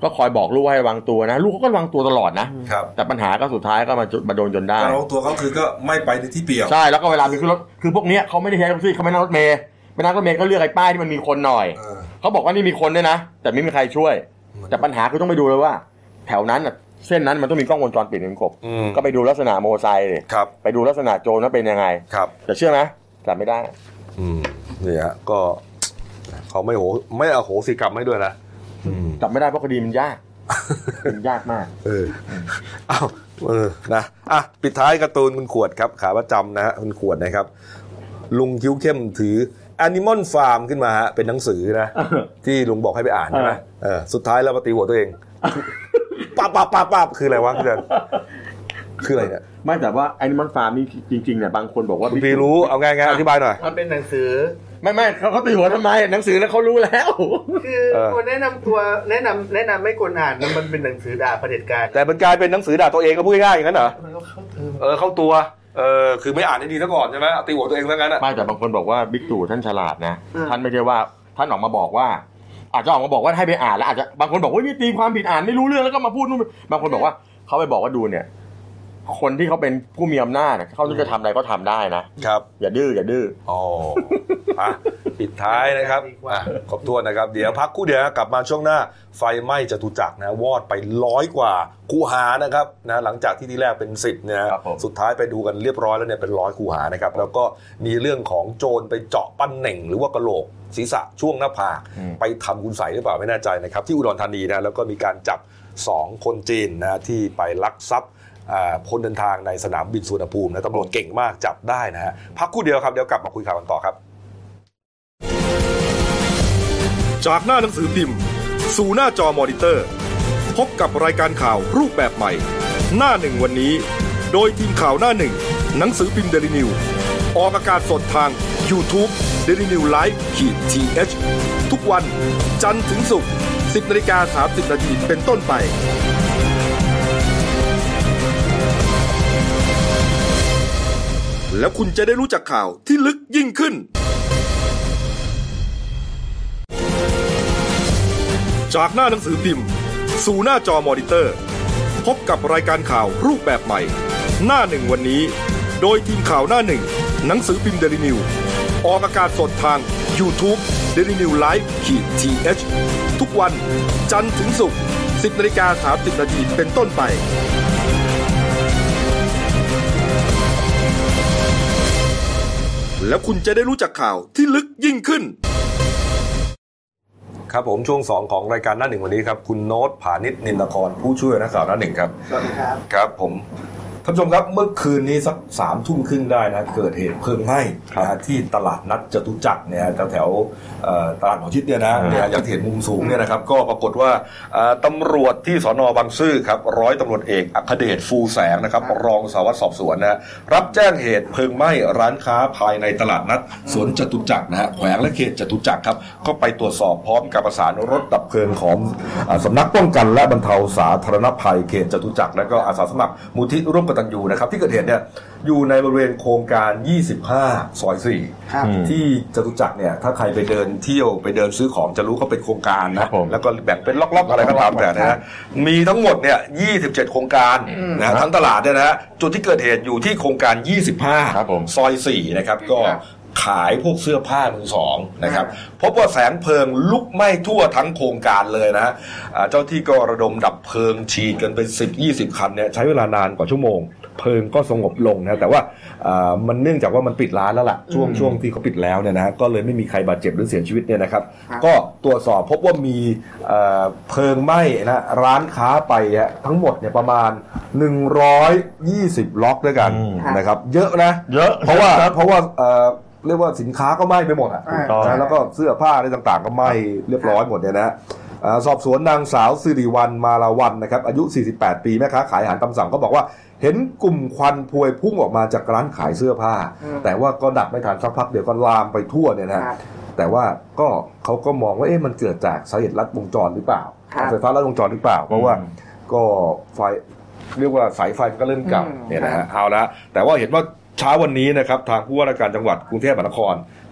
ก็คอยบอกลูกให้ระวังตัวนะลูกเขาก็ระวังตัวตลอดนะครับแต่ปัญหาก็สุดท้ายก็มามาโดนจนได้ระวังตัวเขาคือก็ไม่ไปในที่เปี่ยวใช่แล้วก็เวลามีขึ้นรถคือพวกเนี้ยเขาไม่ได้ใช้รถที่เขาไม่นั่งรถเมล์ไม่นั่งรถเมล์เขาเลือกไอ้ป้ายที่มันมีคนหน่อยเขาบอกว่านี่มีคนด้วยนะแต่ไม่มีใครช่วยแต่ปัญหาคือต้องไปดูเลยว่าแถวนั้นเส้นนั้นมันต้องมีกล้องวงจรปิดเป็นกบก็ไปดูลักษณะโมไซค์เลยไปดูลักษณะโจรว่าเป็นยังไงแต่เชื่อไหมจับไม่ได้อืมนี่ฮะก็เขาไม่โหไม่อโหสิกรรมให้ด้วยนะจับไม่ได้เพราะคดีมันยากมันยากมากเอออ้าวเออนะอ่ะปิดท้ายการ์ตูนคุณขวดครับขาประจำนะฮะคุณขวดนะครับลุงคิ้วเข้มถือ Animal Farm ขึ้นมาฮะเป็นหนังสือนะที่ลุงบอกให้ไปอ่านใช่ไหมเออสุดท้ายแล้วมาตีหัวตัวเองปั๊บปั๊บปั๊บปั๊บคืออะไรวะคือคืออะไรเนี่ยไม่แต่ว่า Animal Farm นี่จริงๆเนี่ยบางคนบอกว่าพี่รู้เอาง่ายๆอธิบายหน่อยมันเป็นหนังสือไม่ไม่เขาเขาตีหัวทำไมหนังสือแล้วเขารู้แล้วคือคนแนะนำตัวแนะนำแนะนำไม่ควรอ่านมันเป็นหนังสือด่าเผด็จการแต่มันกลายเป็นหนังสือด่าตัวเองก็พูดง่ายๆอย่างนั้นเหรอเออเข้าตัวเออคือไม่อ่านให้ดีซะก่อนใช่ไหมตีหัวตัวเองซะงั้นอ่ะไม่แต่บางคนบอกว่าบิ๊กตู่ท่านฉลาดนะท่านไม่ใช่ว่าท่านออกมาบอกว่าอาจจะออกมาบอกว่าให้ไปอ่านแล้วอาจจะบางคนบอกว่านี่ตีความผิดอ่านไม่รู้เรื่องแล้วก็มาพูดนู่นบางคนบอกว่าเขาไปบอกว่าดูเนี่ยคนที่เขาเป็นผู้มีอำนาจเขาจะทำอะไรก็ทำได้นะครับอย่าดื้ออย่าดื้ออ๋ออ่ะปิดท้ายนะครับอ่ะขอบคุณนะครับเดี๋ยวพักคู่เดียวกลับมาช่วงหน้าไฟไหม้จตุจักรนะวอดไปร้อยกว่าคูหานะครับนะหลังจากที่ที่แรกเป็นสิบเนี่ยสุดท้ายไปดูกันเรียบร้อยแล้วเนี่ยเป็นร้อยคูหานะครับแล้วก็มีเรื่องของโจรไปเจาะปั้นเหน่งหรือว่ากระโหลกศีรษะช่วงหน้าผากไปทำคุณใส่หรือเปล่าไม่แน่ใจนะครับที่อุดรธานีนะแล้วก็มีการจับสองคนจีนนะที่ไปลักทรัพย์คนเดินทางในสนามบินสุวรรณภูมินะตำรวจเก่งมากจับได้นะฮะพักคู่เดียวครับเดี๋ยวกลับมาคุยข่าวกันต่อครับจากหน้าหนังสือพิมพ์สู่หน้าจอมอนิเตอร์พบกับรายการข่าวรูปแบบใหม่หน้าหนึ่งวันนี้โดยทีมข่าวหน้าหนึ่งหนังสือพิมพ์ Daily News ออกอากาศสดทาง YouTube Daily News Live ทีเอช ทุกวันจันทร์ถึงศุกร์ สิบนาฬิกาสามสิบนาทีเป็นต้นไปแล้วคุณจะได้รู้จักข่าวที่ลึกยิ่งขึ้นจากหน้าหนังสือพิมพ์สู่หน้าจอมอนิเตอร์พบกับรายการข่าวรูปแบบใหม่หน้าหนึ่งวันนี้โดยทีมข่าวหน้าหนึ่งหนังสือพิมพ์ Daily News ออกอากาศสดทาง YouTube Daily News Live ทีเอช ทุกวันจันทร์ถึงศุกร์ สิบนาฬิกาสามสิบนาทีเป็นต้นไปแล้วคุณจะได้รู้จักข่าวที่ลึกยิ่งขึ้นครับผมช่วงสองของรายการหน้าหนึ่งวันนี้ครับคุณโน้ตผานิชนินทครผู้ช่วยนักข่าวหน้าหนึ่งครับสวัสดีครับครับผมท่านผู้ชมครับเมื่อคืนนี้สักสามทุ่มครึ่งได้นะเกิดเหตุเพลิงไหม้นะที่ตลาดนัดจตุจักรเนี่ยแถวแถวตลาดหมอชิดเนี่ยนะเนี่ยอย่างเห็นมุมสูงเนี่ยนะครับก็ปรากฏว่าตำรวจที่สน.บางซื่อครับร้อยตำรวจเอกอัคเดชฟูแสงนะครับรองสารวัตรสอบสวนนะรับแจ้งเหตุเพลิงไหม้ร้านค้าภายในตลาดนัดสวนจตุจักรนะฮะแขวงและเขตจตุจักรครับก็ไปตรวจสอบพร้อมกับประสานรถดับเพลิงของสำนักป้องกันและบรรเทาสาธารณภัยเขตจตุจักรและก็อาสาสมัครมูลที่ร่วมกตัญญูนะครับที่เกิดเหตุเนี่ยอยู่ในบริเวณโครงการยี่สิบห้าซอยสี่ที่จตุจักรเนี่ยถ้าใครไปเดินเที่ยวไปเดินซื้อของจะรู้เขาเป็นโครงการนะแล้วก็แบ่งเป็นล็อกๆอะไรก็ตามแต่นะฮะมีทั้งหมดเนี่ยยี่สิบเจ็ดโครงการนะทั้งตลาดเนี่ยนะฮะจุดที่เกิดเหตุอยู่ที่โครงการยี่สิบห้าซอยสี่นะครับก็ขายพวกเสื้อผ้ามือสองนะครับพบว่าแสงเพลิงลุกไหม้ทั่วทั้งโครงการเลยนะฮะเจ้าที่ก็ระดมดับเพลิงฉีดกันเป็นสิบ ยี่สิบคันเนี่ยใช้เวลานานกว่าชั่วโมงเพลิงก็สงบลงนะแต่ว่ามันเนื่องจากว่ามันปิดร้านแล้วล่ะช่วงช่วงที่เขาปิดแล้วเนี่ยนะก็เลยไม่มีใครบาดเจ็บหรือเสียชีวิตเนี่ยนะครับก็ตรวจสอบพบว่ามีเพลิงไหม้นะร้านค้าไปทั้งหมดเนี่ยประมาณหนึ่งร้อยยี่สิบล็อกด้วยกันนะครับเยอะนะเยอะเพราะว่าเพราะว่าเรียกว่าสินค้าก็ไหม้ไปหมดอ่ะนะแล้วก็เสื้อผ้าอะไรต่างๆก็ไหม้เรียบร้อยหมดเนี่ยนะสอบสวนนางสาวสิริวัลย์มาลาวันนะครับอายุสี่สิบแปดปีแม่ค้าขายอาหารตามสั่งก็บอกว่าเห็นกลุ่มควันพวยพุ่งออกมาจากร้านขายเสื้อผ้าแต่ว่าก็ดับไม่ทันสักพักเดี๋ยวก็ลามไปทั่วเนี่ยนะแต่ว่าก็เขาก็มองว่าเอ๊ะมันเกิดจากสาเหตุลัดวงจรหรือเปล่าไฟฟ้าลัดวงจรหรือเปล่าเพราะว่าก็ไฟเรียกว่าสายไฟก็เริ่มเก่าเนี่ยนะฮะเอาละแต่ว่าเห็นว่าเช้าวันนี้นะครับทางผู้ว่าราชการจังหวัดกรุงเทพมหานคร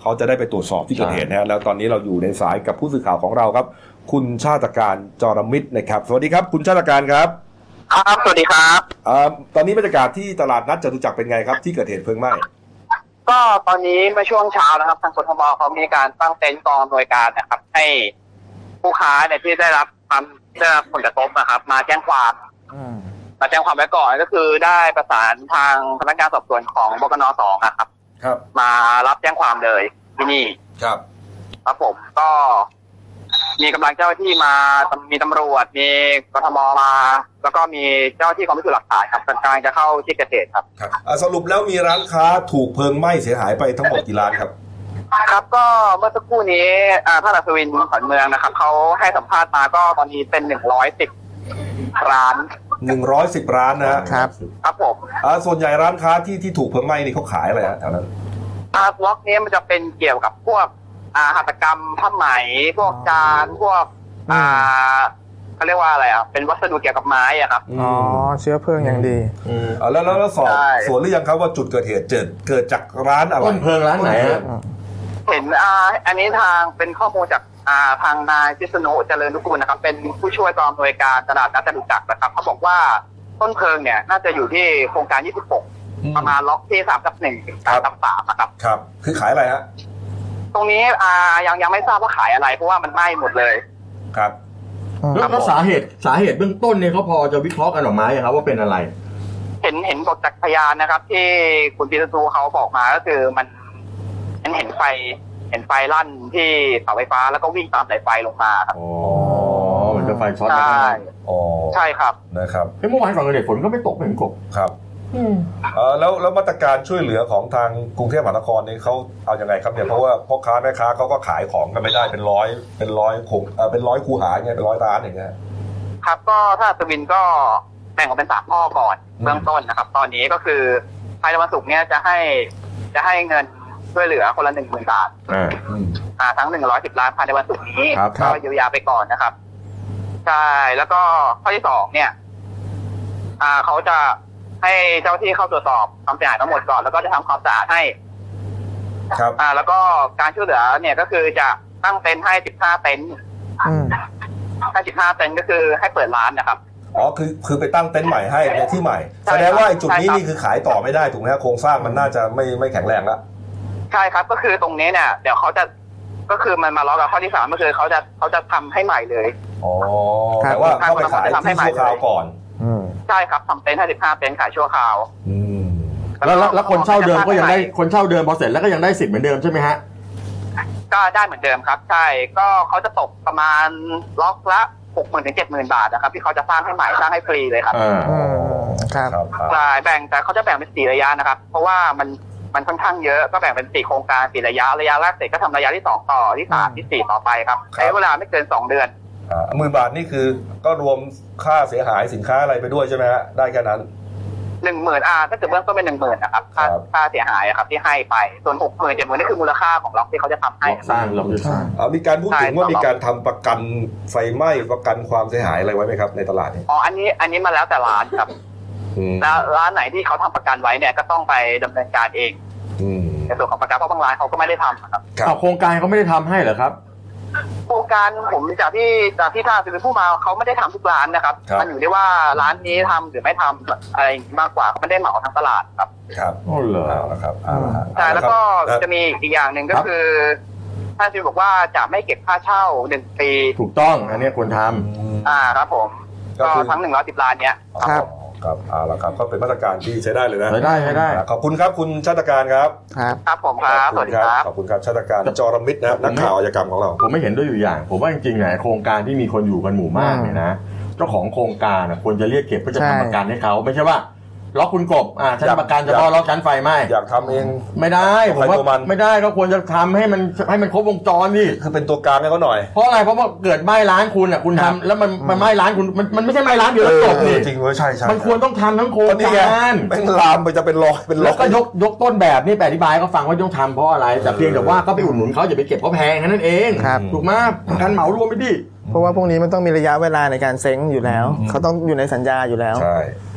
เขาจะได้ไปตรวจสอบที่เกิดเหตุนะฮะแล้วตอนนี้เราอยู่ในสายกับผู้สื่อข่าวของเราครับคุณชาติการจรมิตรนะครับสวัสดีครับคุณชาติการครับครับสวัสดีครับอ่าตอนนี้บรรยากาศที่ตลาดนัดจตุจักรเป็นไงครับที่เกิดเหตุเพลิงไหม้ก็ตอนนี้เมื่อช่วงเช้านะครับทางกทมเขามีการตั้งเต็นท์กองอำนวยการนะครับให้ผู้ค้าเนี่ยที่ได้รับความได้รับผลกระทบนะครับมาแจ้งความมาแจ้งความไว้ก่อนก็คือได้ประสานทางพนักงานสอบสวนของบกน.สองนะครับครับมารับแจ้งความเลยที่นี่ครับครับผมก็มีกำลังเจ้าหน้าที่มามีตำรวจมีกทมมาแล้วก็มีเจ้าหน้าที่กองพิสูจน์หลักฐานครับกำลังจะเข้าที่เกิดเหตุครับครับสรุปแล้วมีร้านค้าถูกเพลิงไหม้เสียหายไปทั้งหมดกี่ร้านครับครับก็เมื่อสักครู่นี้ท่านอัศวินขวัญเมืองนะครับเขาให้สัมภาษณ์มาก็ตอนนี้เป็นหนึ่งร้อยสิบร้านหนึ่งร้อยสิบร้านนะครับครับผมอ่าส่วนใหญ่ร้านค้าที่ที่ถูกเพลิงไหม้นี่เขาขายอะไรฮะแถวนั้นอาร์ตล็อกนี้มันจะเป็นเกี่ยวกับพวกอาหัตถกรรมผ้าไหมพวกจานพวกอ่าเขาเรียกว่าอะไรอ่ะเป็นวัสดุเกี่ยวกับไม้อ่ะครับอ๋อเชื้อเพลิงอย่างดีอืมอ่าแล้วแล้วสอบสวนหรือยังครับว่าจุดเกิดเหตุเกิดเกิดจากร้านอะไรต้นเพลิงร้านไหนฮะเห็นอ่าอันนี้ทางเป็นข้อมูลจากอ่าทางนายพิษณุเจริญนุกูลนะครับเป็นผู้ช่วยกองอำนวยการตลาดนัดจตุจักรนะครับเขาบอกว่าต้นเพลิงเนี่ยน่าจะอยู่ที่โครงการยี่สิบหกประมาณล็อกที่สามทับหนึ่งถึงสามทับสามนะครับครับคือขายอะไรฮะตรงนี้อ่ายังยังไม่ทราบว่าขายอะไรเพราะว่ามันไหม้หมดเลยครับแล้วสาเหตุสาเหตุเบื้องต้นเนี่ยเขาพอจะวิเคราะห์กันออกมาอย่างครับว่าเป็นอะไรเห็นเห็นบอกจากพยานนะครับที่คุณพิษณุเขาบอกมาก็คือมันมันเห็นไฟเห็นไฟลั่นที่เสาไฟฟ้าแล้วก็วิ่งตามสายไฟลงมาครับอ๋อเหมือนกับไฟช็อตใช่อ๋อใช่ครับนะครับเมื่อวานฝั่งเด็กฝนก็ไม่ตกเหมือนกบครับเออแล้วแล้วมาตรการช่วยเหลือของทางกรุงเทพมหานครนี่เขาเอาอย่างไงครับเนี่ยเพราะว่าพ่อค้าแม่ค้าเขาก็ขายของกันไม่ได้เป็นร้อยเป็นร้อยคงเออเป็นร้อยคูหาเงี้ยเป็นร้อยร้านอย่างเงี้ยครับก็ถ้าสวินก็แบ่งออกเป็นสามข้อก่อนเบื้องต้นนะครับตอนนี้ก็คือภายในวันศุกร์เนี่ยจะให้จะให้เงินช่วยเหลือคนละหนึ่งหมื่นบาทอ่าทั้งหนึ่งร้อยสิบล้านภายในวันศุกร์นี้ก็เยียวยาไปก่อนนะครับใช่แล้วก็ข้อที่สองเนี่ยอ่าเขาจะให้เจ้าที่เข้าตรวจสอบความเสียหายทั้งหมดก่อนแล้วก็จะทำความสะอาดให้ครับอ่าแล้วก็การช่วยเหลือเนี่ยก็คือจะตั้งเต็นท์ให้สิบห้าเต็นท์ให้สิบห้าเต็นท์ก็คือให้เปิดร้านนะครับอ๋อคือคือไปตั้งเต็นท์ใหม่ให้ในที่ใหม่แสดงว่าจุดนี้นี่คือขายต่อไม่ได้ถูกไหมโครงสร้างมันน่าจะไม่ไม่แข็งแรงแล้วใช่ครับก็คือตรงนี้เนี่ยเดี๋ยวเขาจะก็คือมันมาล้อกับข้อที่สามก็คือเขาจะเขาจะทำให้ใหม่เลยอ๋อแต่ว่าเขาไปขายที่ชั่วคราวก่อนใช่ครับทำเต็นท์ให้สิบห้าเต็นท์ขายชั่วคราวแล้วแล้วคนเช่าเดิมก็ยังได้คนเช่าเดิมพอเสร็จแล้วก็ยังได้สิทธิ์เหมือนเดิมใช่ไหมฮะก็ได้เหมือนเดิมครับใช่ก็เขาจะตกประมาณล็อกละหกหมื่นถึงเจ็ดหมื่นบาทนะครับที่เขาจะสร้างให้ใหม่สร้างให้ฟรีเลยครับครับใช่แบ่งแต่เขาจะแบ่งเป็นสี่ระยะนะครับเพราะว่ามันมันค่อนข้างเยอะก็แบ่งเป็นสี่โครงการสี่ระยะระยะแรกเสร็จก็ทำระยะที่สองต่อที่สามที่สี่ต่อไปครับใช้เวลาไม่เกินสองเดือนอ่าหมื่นบาทนี่คือก็รวมค่าเสียหายสินค้าอะไรไปด้วยใช่ไหมฮะได้แค่นั้นหนึ่งหมื่นอ่าถ้าเกิดเบื้องต้นเป็นหนึ่งหมื่นนะครับค่าค่าเสียหายครับที่ให้ไปส่วนหกหมื่นเจ็ดหมื่นนี่คือมูลค่าของล็อกที่เขาจะทำให้สร้างล็อกสร้างมีการพูดถึงว่ามีการทำประกันไฟไหม้ประกันความเสียหายอะไรไว้ไหมครับในตลาดนี้อ๋ออันนี้อันนี้มาแล้วแต่ร้านครับแล้วร้านไหนที่เขาทำประกันไว้เนี่ยก็ต้องไปดำเนินการเองในส่วนของประกันเพราะบางร้านเขาก็ไม่ได้ทำครับโครงการเขาไม่ได้ทำให้เหรอครับโครงการผมจากที่จากที่ท่านเป็นผู้มาเขาไม่ได้ทำทุกร้านนะครับมันอยู่ที่ว่าร้านนี้ทำหรือไม่ทำอะไรมากกว่าไม่ได้เหมาทั้งตลาดครับครับโอ้เหรอครับใช่แล้วก็จะมีอีกอย่างหนึ่งก็คือท่านชื่อบอกว่าจะไม่เก็บค่าเช่าหนึ่งปีถูกต้องอันนี้ควรทำอ่าครับผมก็ทั้งหนึ่งร้อยสิบล้านเนี้ยครับครับเอาละครับก็เป็นมาตรการที่ใช้ได้เลยนะใช้ได้ใช้ได้ขอบคุณครับคุณชาติการครับครับครับผมครับสวัสดีครับขอบคุณครับชาติการจรมิตรนะนักข่าวอาชญากรรมของเราผมไม่เห็นด้วยอยู่อย่างผมว่าจริงๆเนี่ยโครงการที่มีคนอยู่กันหมู่มากเนี่ยนะเจ้าของโครงการควรจะเรียกเก็บเพื่อจะทำประกันให้เขาไม่ใช่ว่าล็อกคุณกบอ่าฉันประกันเฉพาะล็อกชั้นไฟไหม้อยากทำเองไม่ได้ผมว่าไม่ได้ก็ควรจะทำให้มันให้มันครบวงจรดิคือเป็นตัวกลางให้เขาหน่อยเพราะอะไรเพราะว่าเกิดไหม้ร้านคุณอ่ะคุณทำแล้วมันมันไหม้ร้านคุณมันมันไม่ใช่ไหม้ร้านเดียวจบนี่จริงเว้ยใช่ใช่มันควรต้องทำทั้งโครงการเป็นลามไปจะเป็นรอยเป็นรอยแล้วก็ยกยกต้นแบบนี่แปลอธิบายเขาฟังว่าต้องทำเพราะอะไรแต่เพียงแต่ว่าก็ไปอุดหนุนเขาอย่าไปเก็บเพราะแพงแค่นั้นเองถูกไหมการเหมารวมไปดิเพราะว่าพวกนี้มันต้องมีระยะเวลาในการเซ้งอยู่แล้วเขาต้องอยู่ในสัญญาอยู่แล้วใช่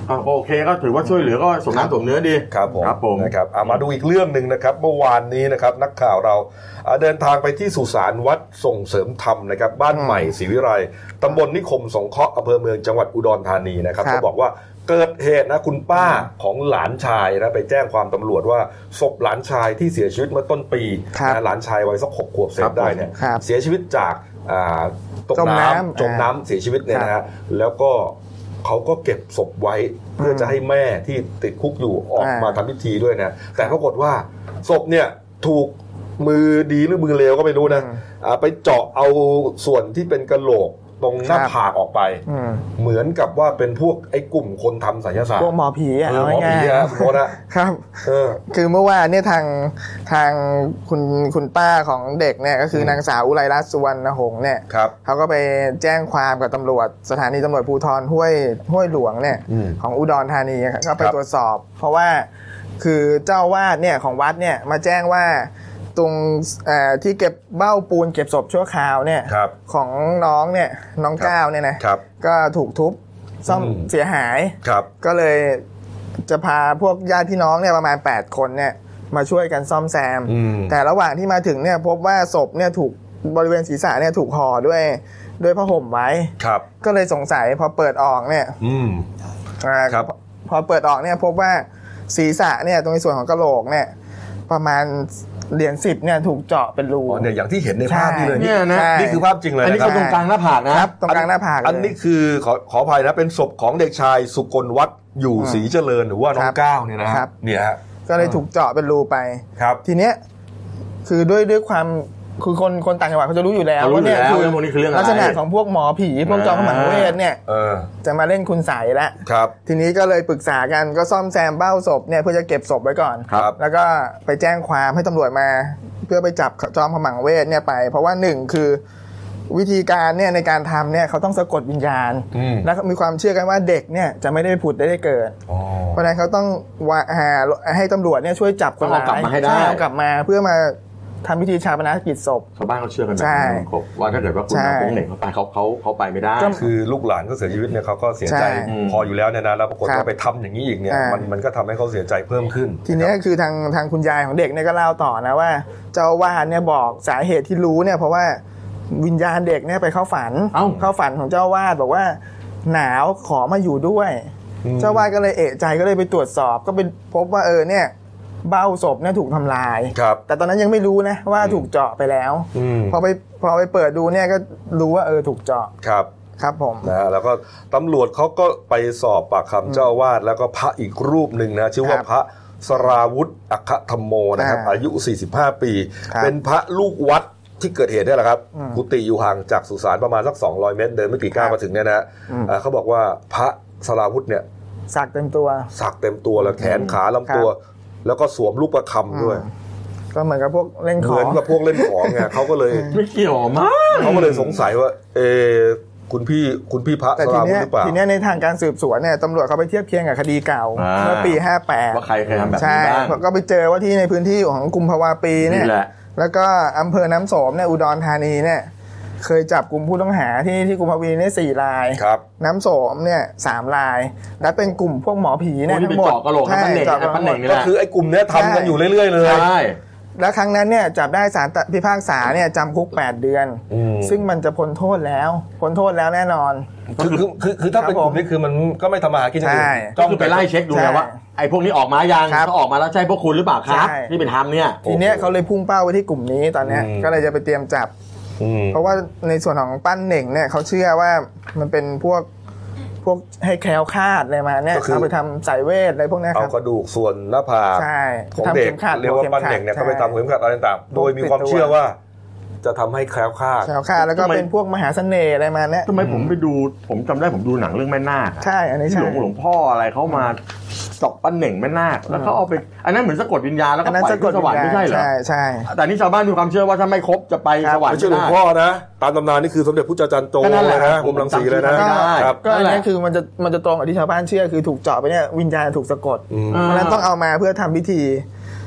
โอเคก็ถือว่าช่วยเหลือก็สมน้ำสมเนื้อดีครับผมครับผมนะครับเอามาดูอีกเรื่องหนึ่งนะครับเมื่อวานนี้นะครับนักข่าวเราเดินทางไปที่สุสานวัดส่งเสริมธรรมนะครับบ้านใหม่ศรีวิไลตำบลนิคมสงเคราะห์อำเภอเมืองจังหวัดอุดรธานีนะครับเขาบอกว่าเกิดเหตุนะคุณป้าของหลานชายนะไปแจ้งความตำรวจว่าศพหลานชายที่เสียชีวิตเมื่อต้นปีนะหลานชายวัยสักหกขวบเศษได้เนี่ยเสียชีวิตจากตกน้ำจมน้ำเสียชีวิตเนี่ยนะฮะแล้วก็เขาก็เก็บศพไว้เพื่อจะให้แม่ที่ติดคุกอยู่ออกมาทำพิธีด้วยนะแต่ปรากฏว่าศพเนี่ยถูกมือดีหรือมือเลวก็ไม่รู้นะไปเจาะเอาส่วนที่เป็นกระโหลกตรงหน้าผากออกไปเหมือนกับว่าเป็นพวกไอ้กลุ่มคนทำไสยศาสตร์พวกหมอผีอ่ะหมอผีครับโคตรครับคือเมื่อวานเนี่ยทางทางคุณคุณป้าของเด็กเนี่ยก็คือนางสาวอุไรรัตน์สุวรรณหงษ์เนี่ยเขาก็ไปแจ้งความกับตำรวจสถานีตำรวจภูธรห้วยห้วยหลวงเนี่ยของอุดรธานีก็ไปตรวจสอบเพราะว่าคือเจ้าวาดเนี่ยของวัดเนี่ยมาแจ้งว่าตรงที่เก็บเบ้าปูนเก็บศพชั่วคราวเนี่ยของน้องเนี่ยน้องก้าวเนี่ยนะก็ถูกทุบซ่อมเสียหายก็เลยจะพาพวกญาติพี่น้องเนี่ยประมาณแปดคนเนี่ยมาช่วยกันซ่อมแซมแต่ระหว่างที่มาถึงเนี่ยพบว่าศพเนี่ยถูกบริเวณศีรษะเนี่ยถูกห่อด้วยด้วยผ้าห่มไว้ก็เลยสงสัยพอเปิดออกเนี่ยพอเปิดออกเนี่ยพบว่าศีรษะเนี่ยตรงในส่วนของกะโหลกเนี่ยประมาณเหรียญสิบเนี่ยถูกเจาะเป็นรูอ๋อเนี่ยอย่างที่เห็นในภาพนี่เลยเนี่ยนะนี่คือภาพจริงเลยอันนี้คือตรงกลางหน้าผากนะครับตรงกลางหน้าผากอันนี้คือขอขออภัยนะเป็นศพของเด็กชายสุกลวัฒน์อยู่ศรีเจริญหรือว่าน้องก้าวเนี่ยนะครับเนี่ยฮะก็เลยถูกเจาะเป็นรูไปครับทีเนี้ยคือด้วยด้วยความคือคนคนต่างจังหวัดเขาจะรู้อยู่แล้วว่าเนี่ยคือลักษณะของพวกหมอผีพวกจอมขมังเวทเนี่ยจะมาเล่นคุณใสแล้วทีนี้ก็เลยปรึกษากันก็ซ่อมแซมเบ้าศพเนี่ยเพื่อจะเก็บศพไว้ก่อนแล้วก็ไปแจ้งความให้ตำรวจมาเพื่อไปจับจอมขมังเวทเนี่ยไปเพราะว่าหนึ่งคือวิธีการเนี่ยในการทำเนี่ยเขาต้องสะกดวิญญาณและมีความเชื่อกันว่าเด็กเนี่ยจะไม่ได้ผุดได้ได้เกิดเพราะฉะนั้นเขาต้องว่าให้ตำรวจเนี่ยช่วยจับคนร้ายเอากลับมาให้ได้เอากลับมาเพื่อมาทำพิธีชาปนกิจศพชาวบ้านเขาเชื่อกันแบบนี้ว่าถ้าเกิดว่าคุณเอาพวกเหน่งเข้าไปเขาเขาเขาไปไม่ได้คือลูกหลานก็เสียชีวิตเนี่ยเขาก็เสียใจพออยู่แล้วเนี่ยนะแล้วปรากฏว่าไปทำอย่างนี้อีกเนี่ยมันมันก็ทำให้เขาเสียใจเพิ่มขึ้นทีนี้คือทางทางคุณยายของเด็กเนี่ยก็เล่าต่อนะว่าเจ้าอาวาสเนี่ยบอกสาเหตุที่รู้เนี่ยเพราะว่าวิญญาณเด็กเนี่ยไปเข้าฝันเข้าฝันของเจ้าอาวาสบอกว่าหนาวขอมาอยู่ด้วยเจ้าอาวาสก็เลยเอะใจก็เลยไปตรวจสอบก็ไปพบว่าเออเนี่ยเบ้าศพเนี่ยถูกทำลายแต่ตอนนั้นยังไม่รู้นะว่าถูกเจาะไปแล้วพอไปพอไปเปิดดูเนี่ยก็รู้ว่าเออถูกเจาะครับครับผมนะแล้วก็ตำรวจเขาก็ไปสอบปากคำเจ้าอาวาสแล้วก็พระอีกรูปหนึ่งนะชื่อว่าพระสราวุธอัคคธรรมโมนะครับอายุสี่สิบห้าปีเป็นพระลูกวัดที่เกิดเหตุเนี่ยแหละครับกุฏิอยู่ห่างจากสุสานประมาณสักสองร้อยเมตรเดินไม่กี่ก้าวมาถึงเนี่ยนะเขาบอกว่าพระสราวุธเนี่ยสักเต็มตัวสักเต็มตัวแล้วแขนขาลำตัวแล้วก็สวมลูกประคำด้วยก็เหมือนกับพวกเล่นของเหมือนกับพวกเล่นของไงเขาก็เลยไม่เกี่ยวมากเขาก็เลยสงสัยว่าเออคุณพี่คุณพี่พระสราวุธหรือเปล่าทีนี้ในทางการสืบสวนเนี่ยตำรวจเขาไปเทียบเคียงกับคดีเก่าเมื่อปีห้าแปดว่าใครเคยทำแบบนี้บ้างก็ไปเจอว่าที่ในพื้นที่ของกุมภาวาปีเนี่ยแล้วก็อำเภอน้ำโสมเนี่ยอุดรธานีเนี่ยเคยจับกลุ่มผู้ต้องหาที่ที่กุมภาวีเนี่ยสี่รายน้ำโสมเนี่ยสามรายและเป็นกลุ่มพวกหมอผีเนี่ยทั้งหมดใช่จับปั้นเหน่งก็คือไอ้กลุ่มเนี้ยทำกันอยู่เรื่อยๆเลยใช่แล้วครั้งนั้นเนี่ยจับได้ศาลพิพากษาเนี่ยจำคุกแปดเดือนซึ่งมันจะพ้นโทษแล้วพ้นโทษแล้วแน่นอนคือคือคือคือถ้าเป็นกลุ่มนี้คือมันก็ไม่ทำมาหากินอยู่ก็คือไปไล่เช็คดูแล้วว่าไอ้พวกนี้ออกมายังถ้าออกมาแล้วใช่พวกคุณหรือเปล่าครับที่เป็นทำเนี่ยทีเนี้ยเขาเลยพุ่งเป้าไปที่กลุ่มนี้ตอนเนี้ยก็เลยจะไปเตรียมจับเพราะว่าในส่วนของปั้นเหน่งเนี่ยเขาเชื่อว่ามันเป็นพวกพวกให้แคล้วคลาดอะไรมาเนี่ยเอาไปทำสายเวทอะไรพวกนี้ครับเอากระดูกส่วนหน้าผากของเด็กเรียกว่าปั้นเหน่งเนี่ยเขาไปทำเข็มขัดอะไรต่างๆโดยมีความเชื่อว่าจะทำให้แคล้วคลาดแคล้วคลาดแล้วก็เป็นพวกมหาเสน่ห์อะไรมาเนี่ยทำไมผมไปดูผมจำได้ผมดูหนังเรื่องแม่นาคใช่อันนี้ใช่หลวงหลวงพ่ออะไรเขามาสอบปั้นเหน่งแม่นาคแล้วเขาเอาไปอันนั้นเหมือนสะกดวิญญาณแล้วก็ปล่อยขึ้นสวรรค์ไม่ใช่เหรอใช่ใช่แต่นี่ชาวบ้านมีความเชื่อว่าถ้าไม่ครบจะไปสวรรค์ไม่ใช่หลวงพ่อนะตามตำนานนี่คือสมเด็จพระจันทร์โตเลยนะกรมรังสีเลยนะครับก็อันนี้คือมันจะมันจะตรงกับที่ชาวบ้านเชื่อคือถูกเจาะไปเนี่ยวิญญาณถูกสะกดเพราะฉะนั้นต้องเอามาเพื่อทำพิธี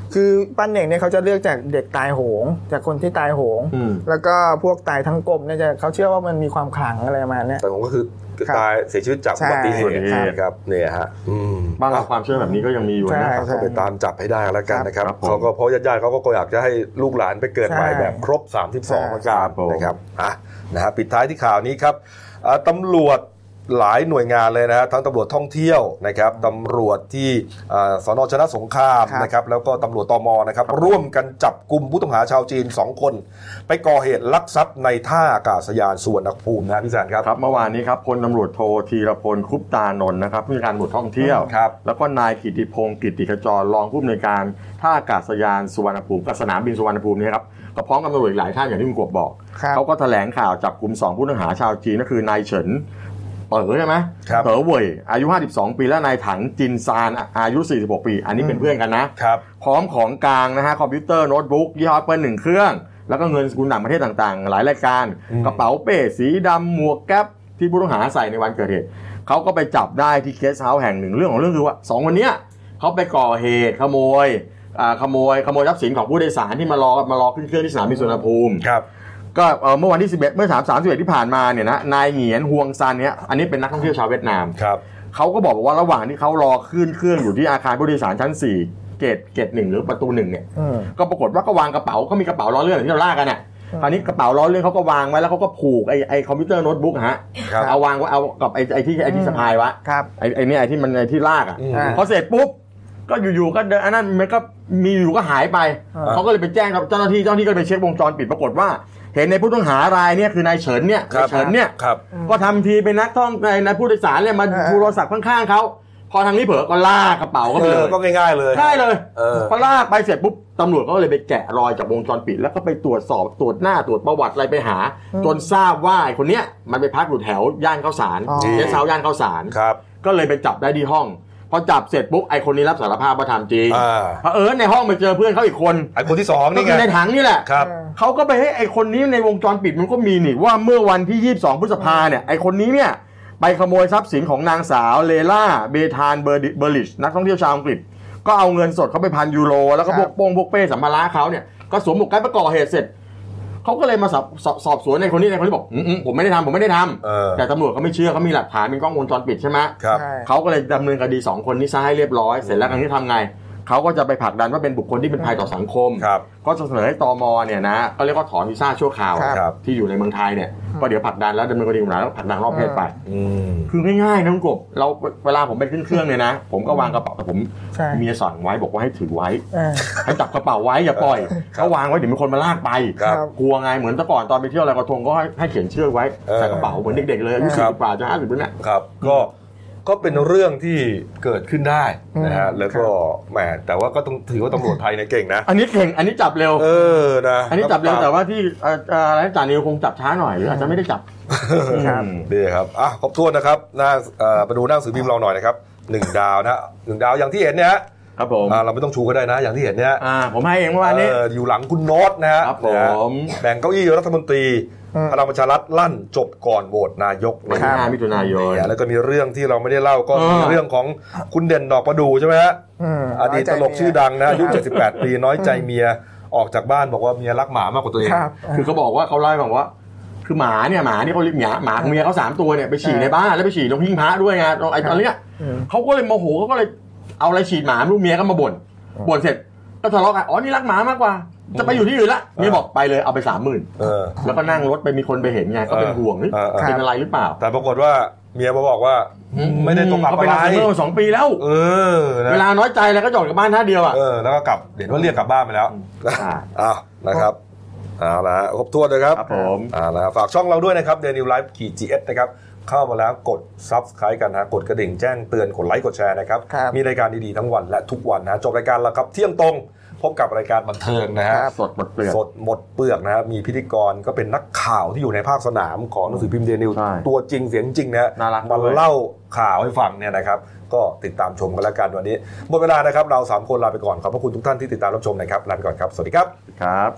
คือปั้นเน่งเนี่ยเขาจะเลือกจากเด็กตายโหงจากคนที่ตายโหงแล้วก็พวกตายทั้งกลมเนี่ยจะเขาเชื่อว่ามันมีความขลังอะไรประมาณนี้แต่ผมก็คือตายเสียชีวิตจากอุบัติเหตุครับเนี่ยฮะบางความเชื่อแบบนี้ก็ยังมีอยู่นะเขาไปตามจับให้ได้แล้วกันนะครับเขาก็เพราะญาติๆเขาก็อยากจะให้ลูกหลานไปเกิดใหม่แบบครบสามสิบสองประการนะครับอ่ะนะฮะปิดท้ายที่ข่าวนี้ครับตำรวจหลายหน่วยงานเลยนะฮะทั้งตำรวจท่องเที่ยวนะครับตำรวจที่สน.ชนะสงครามนะครับแล้วก็ตำรวจตม.นะครับร่วมกันจับกลุ่มผู้ต้องหาชาวจีนสองคนไปก่อเหตุลักทรัพย์ในท่าอากาศยานสุวรรณภูมินะพี่แซนครับครับเมื่อวานนี้ครับพลตำรวจโทธีรพลคุปตานนท์นะครับผู้การตำรวจท่องเที่ยวแล้วก็นายกิติพงศ์กิติขจรรองผู้อำนวยการท่าอากาศยานสุวรรณภูมิกับสนามบินสุวรรณภูมินี่ครับก็พร้อมกับตำรวจหลายท่านอย่างที่คุณกบบอกเขาก็แถลงข่าวจับกลุ่มสองผู้ต้องหาชาวจีนก็คือนายเฉินเป๋อใช่ไหมเป๋อเว่ยอายุห้าสิบสองปีและนายถังจินซานอายุสี่สิบหกปีอันนี้เป็นเพื่อนกันนะครับพร้อมของกลางนะฮะคอมพิวเตอร์โน้ตบุ๊กยี่ห้อ Apple หนึ่งเครื่องแล้วก็เงินสกุลต่างประเทศต่างๆหลายรายการกระเป๋าเป้สีดำหมวกแก๊ปที่ผู้ต้องหาใส่ในวันเกิดเหตุเขาก็ไปจับได้ที่เกสต์เฮาส์แห่งหนึ่งเรื่องของเรื่องคือว่าสองคนเนี้ยเขาไปก่อเหตุขโมยขโมยขโมยทรัพย์สินของผู้โดยสารที่มารอมารอขึ้นเครื่องที่สนามบินสุวรรณภูมิครับก็เมื่อวันที่สิบเอ็ดเมื่อสาม สามสิบเอ็ดที่ผ่านมาเนี่ยนะนายเหงียนฮวงซันเนี่ยอันนี้เป็นนักท่องเที่ยวชาวเวียดนามครับเขาก็บอกว่าระหว่างที่เขารอขึ้นเครื่องอยู่ที่อาคารผู้โดยสารชั้นสี่เกตเกตหนึ่งหรือประตูหนึ่งเนี่ยก็ปรากฏว่าก็วางกระเป๋าก็มีกระเป๋าล้อเลื่อนที่เราลากกันน่ะคราวนี้กระเป๋าล้อเลื่อนเขาก็วางไว้แล้วเขาก็ผูกไอ้ไอ้คอมพิวเตอร์โน้ตบุ๊กฮะเอาวางไว้เอากับไอ้ไอ้ที่ไอ้ที่สะพายวะไอ้ไอ้นี่ไอ้ที่มันไอ้ที่ลากอ่ะพอเสร็จปุ๊บก็อยู่ๆก็เดินอันนั้นมันก็มีอยู่ก็หายไปเขาก็เลยไปแจ้งกับเจ้าหน้าที่เจ้าหน้าที่ก็ไปเช็ควงจรปิดปรากฏว่าเห็นในผู้ต้องหารายเนี่ยคือนายเฉินเนี่ยนายเฉินเนี่ยก็ทำทีเป็นนักท่องในผู้โดยสารเนี่ยมาโทรศัพท์ข้างๆเขาพอทางนี้เผลอก็ลากกระเป๋าก็ไปเลยก็ง่ายๆเลยง่ายเลยพอลากไปเสร็จปุ๊บตำรวจก็เลยไปแกะรอยจากวงจรปิดแล้วก็ไปตรวจสอบตรวจหน้าตรวจประวัติอะไรไปหาจนทราบว่าไอ้คนเนี้ยมันไปพักอยู่แถวย่านข้าวสารเนสเซาย่านข้าวสารก็เลยไปจับได้ที่ห้องพอจับเสร็จปุ๊บไอ้คนนี้รับสารภาพว่าทำจริงเพราะเออในห้องไปเจอเพื่อนเขาอีกคนไอ้คนที่สองนี่ไงในถังนี่แหละเขาก็ไปให้ไอ้คนนี้ในวงจรปิดมันก็มีนี่ว่าเมื่อวันที่ยี่สิบสองพฤษภาเนี่ยไอ้คนนี้เนี่ยไปขโมยทรัพย์สินของนางสาวเลล่าเบธานเบอร์ลิชนักท่องเที่ยวชาวอังกฤษก็เอาเงินสดเขาไปพันยูโรแล้วก็พวกโป้งพวกเป้สัมภาระเขาเนี่ยก็สวมหมวกแก๊ปไปก่อเหตุเสร็จเขาก็เลยมาสอบสอบสวนในคนนี้ในคนนี้บอกอืมผมไม่ได้ทำผมไม่ได้ทำแต่ตำรวจเขาไม่เชื่อเขามีหลักฐานเป็นกล้องวงจรปิดใช่ไหมเขาก็เลยดำเนินคดีสองคนนี้ซะให้เรียบร้อยเสร็จแล้วกันที่ทำไงเขาก็จะไปผลักดันว่าเป็นบุคคลที่เป็นภัยต่อสังคมก็จะเสนอให้ตม.เนี่ยนะก็เรียกว่าถอนวีซ่าชั่วคราวที่อยู่ในเมืองไทยเนี่ยก็เดี๋ยวผลักดันแล้วดำเนินคดีกฎหมายแล้วผลักดันรอบเพศไปคือง่ายๆน้องกบเราเวลาผมไปขึ้นเครื่องเนี่ยนะผมก็วางกระเป๋าแต่ผมเมียสั่งไว้บอกว่าให้ถือไว้ให้จับกระเป๋าไว้อย่าปล่อยเขาวางไว้เดี๋ยวมีคนมาลากไปกลัวไงเหมือนแต่ก่อนตอนไปเที่ยวลอยกระทงก็ให้เขียนชื่อไว้ใส่กระเป๋าเหมือนเด็กๆเลยอายุสี่สิบกว่าจะห้าสิบเนี่ยครับก็ก็เป็นเรื่องที่เกิดขึ้นได้นะฮะแล้วก็แหมแต่ว่าก็ต้องถือว่าตำรวจไทยเนี่ยเก่งนะอันนี้เก่งอันนี้จับเร็วเออนะอันนี้จับเร็วแต่ว่าที่อะไรจ่านิวคงจับช้าหน่อยหรืออาจจะไม่ได้จับครับดีครับอ่ะขอบคุณนะครับหน้ามาดูหน้าหนังสือพิมพ์เราหน่อยนะครับหนึ่งดาวนะหนึ่งดาวอย่างที่เห็นเนี่ยครับผมเราไม่ต้องชูก็ได้นะอย่างที่เห็นเนี่ยผมให้เองเมื่อวานนี้อยู่หลังคุณโน้ตนะฮะแบ่งเก้าอี้รัฐมนตรีพลังประชารัฐลั่นจบก่อนโหวตนายกวันที่ห้ามิถุนายนแล้วก็มีเรื่องที่เราไม่ได้เล่าก็มีเรื่องของคุณเด่นดอกประดู่ใช่ไหมฮะอดีตตลกชื่อดังนะอายุเจ็ดสิบแปดปีน้อยใจเมียออกจากบ้านบอกว่าเมียรักหมามากกว่าตัวเองคือเขาบอกว่าเขาเล่าบอกว่าคือหมาเนี่ยหมาเนี่ยเขาเลี้ยงหมาหมาของเมียเขาสามตัวเนี่ยไปฉี่ในบ้านแล้วไปฉี่ตรงหิ้งพระด้วยไงตรงไอ้ตอนนี้เขาก็เลยโมโหเขาก็เลยเอาอะไรฉีดหมาลูกเมียก็มาบ่นบ่นเสร็จก็ทะเลาะกันอ๋อนี่รักหมามากกว่าจะไปอยู่ที่อื่นละเมียบอกไปเลยเอาไปสามหมื่นแล้วก็นั่งรถไปมีคนไปเห็นไงก็เป็นห่วงนี่เป็นอะไรหรือเปล่าแต่ปรากฏว่าเมียมาบอกว่าไม่ได้ตกอับอะไรเขาเป็นเมื่อสองปีแล้วเออเวลาน้อยใจแล้วก็จอดกับบ้านท่าเดียวอ่ะเออแล้วก็กลับเดี๋ยวว่าเรียกกลับบ้านไปแล้วอ้าวนะครับเอาละครบถ้วนเลยครับครับผมเอาละฝากช่องเราด้วยนะครับ Daily Life ขีด จี เอส นะครับเข้ามาแล้วกด Subscribe กันนะกดกระดิ่งแจ้งเตือนกดไลค์กดแชร์นะครับมีรายการดีๆทั้งวันและทุกวันนะจบรายการแล้วครับเที่ยงตรงพบกับรายการบันเทิงนะฮะสดหมดเปลือกสดหมดเปลือกนะมีพิธีกรก็เป็นนักข่าวที่อยู่ในภาคสนามของหนังสือพิมพ์เดนิวตัวจริงเสียงจริงนะมาเล่าข่าวให้ฟังเนี่ยนะครับก็ติดตามชมกันแล้วกันวันนี้หมดเวลานะครับเราสามคนลาไปก่อนขอบพระคุณทุกท่านที่ติดตามรับชมนะครับลาไปก่อนครับสวัสดีครับครับ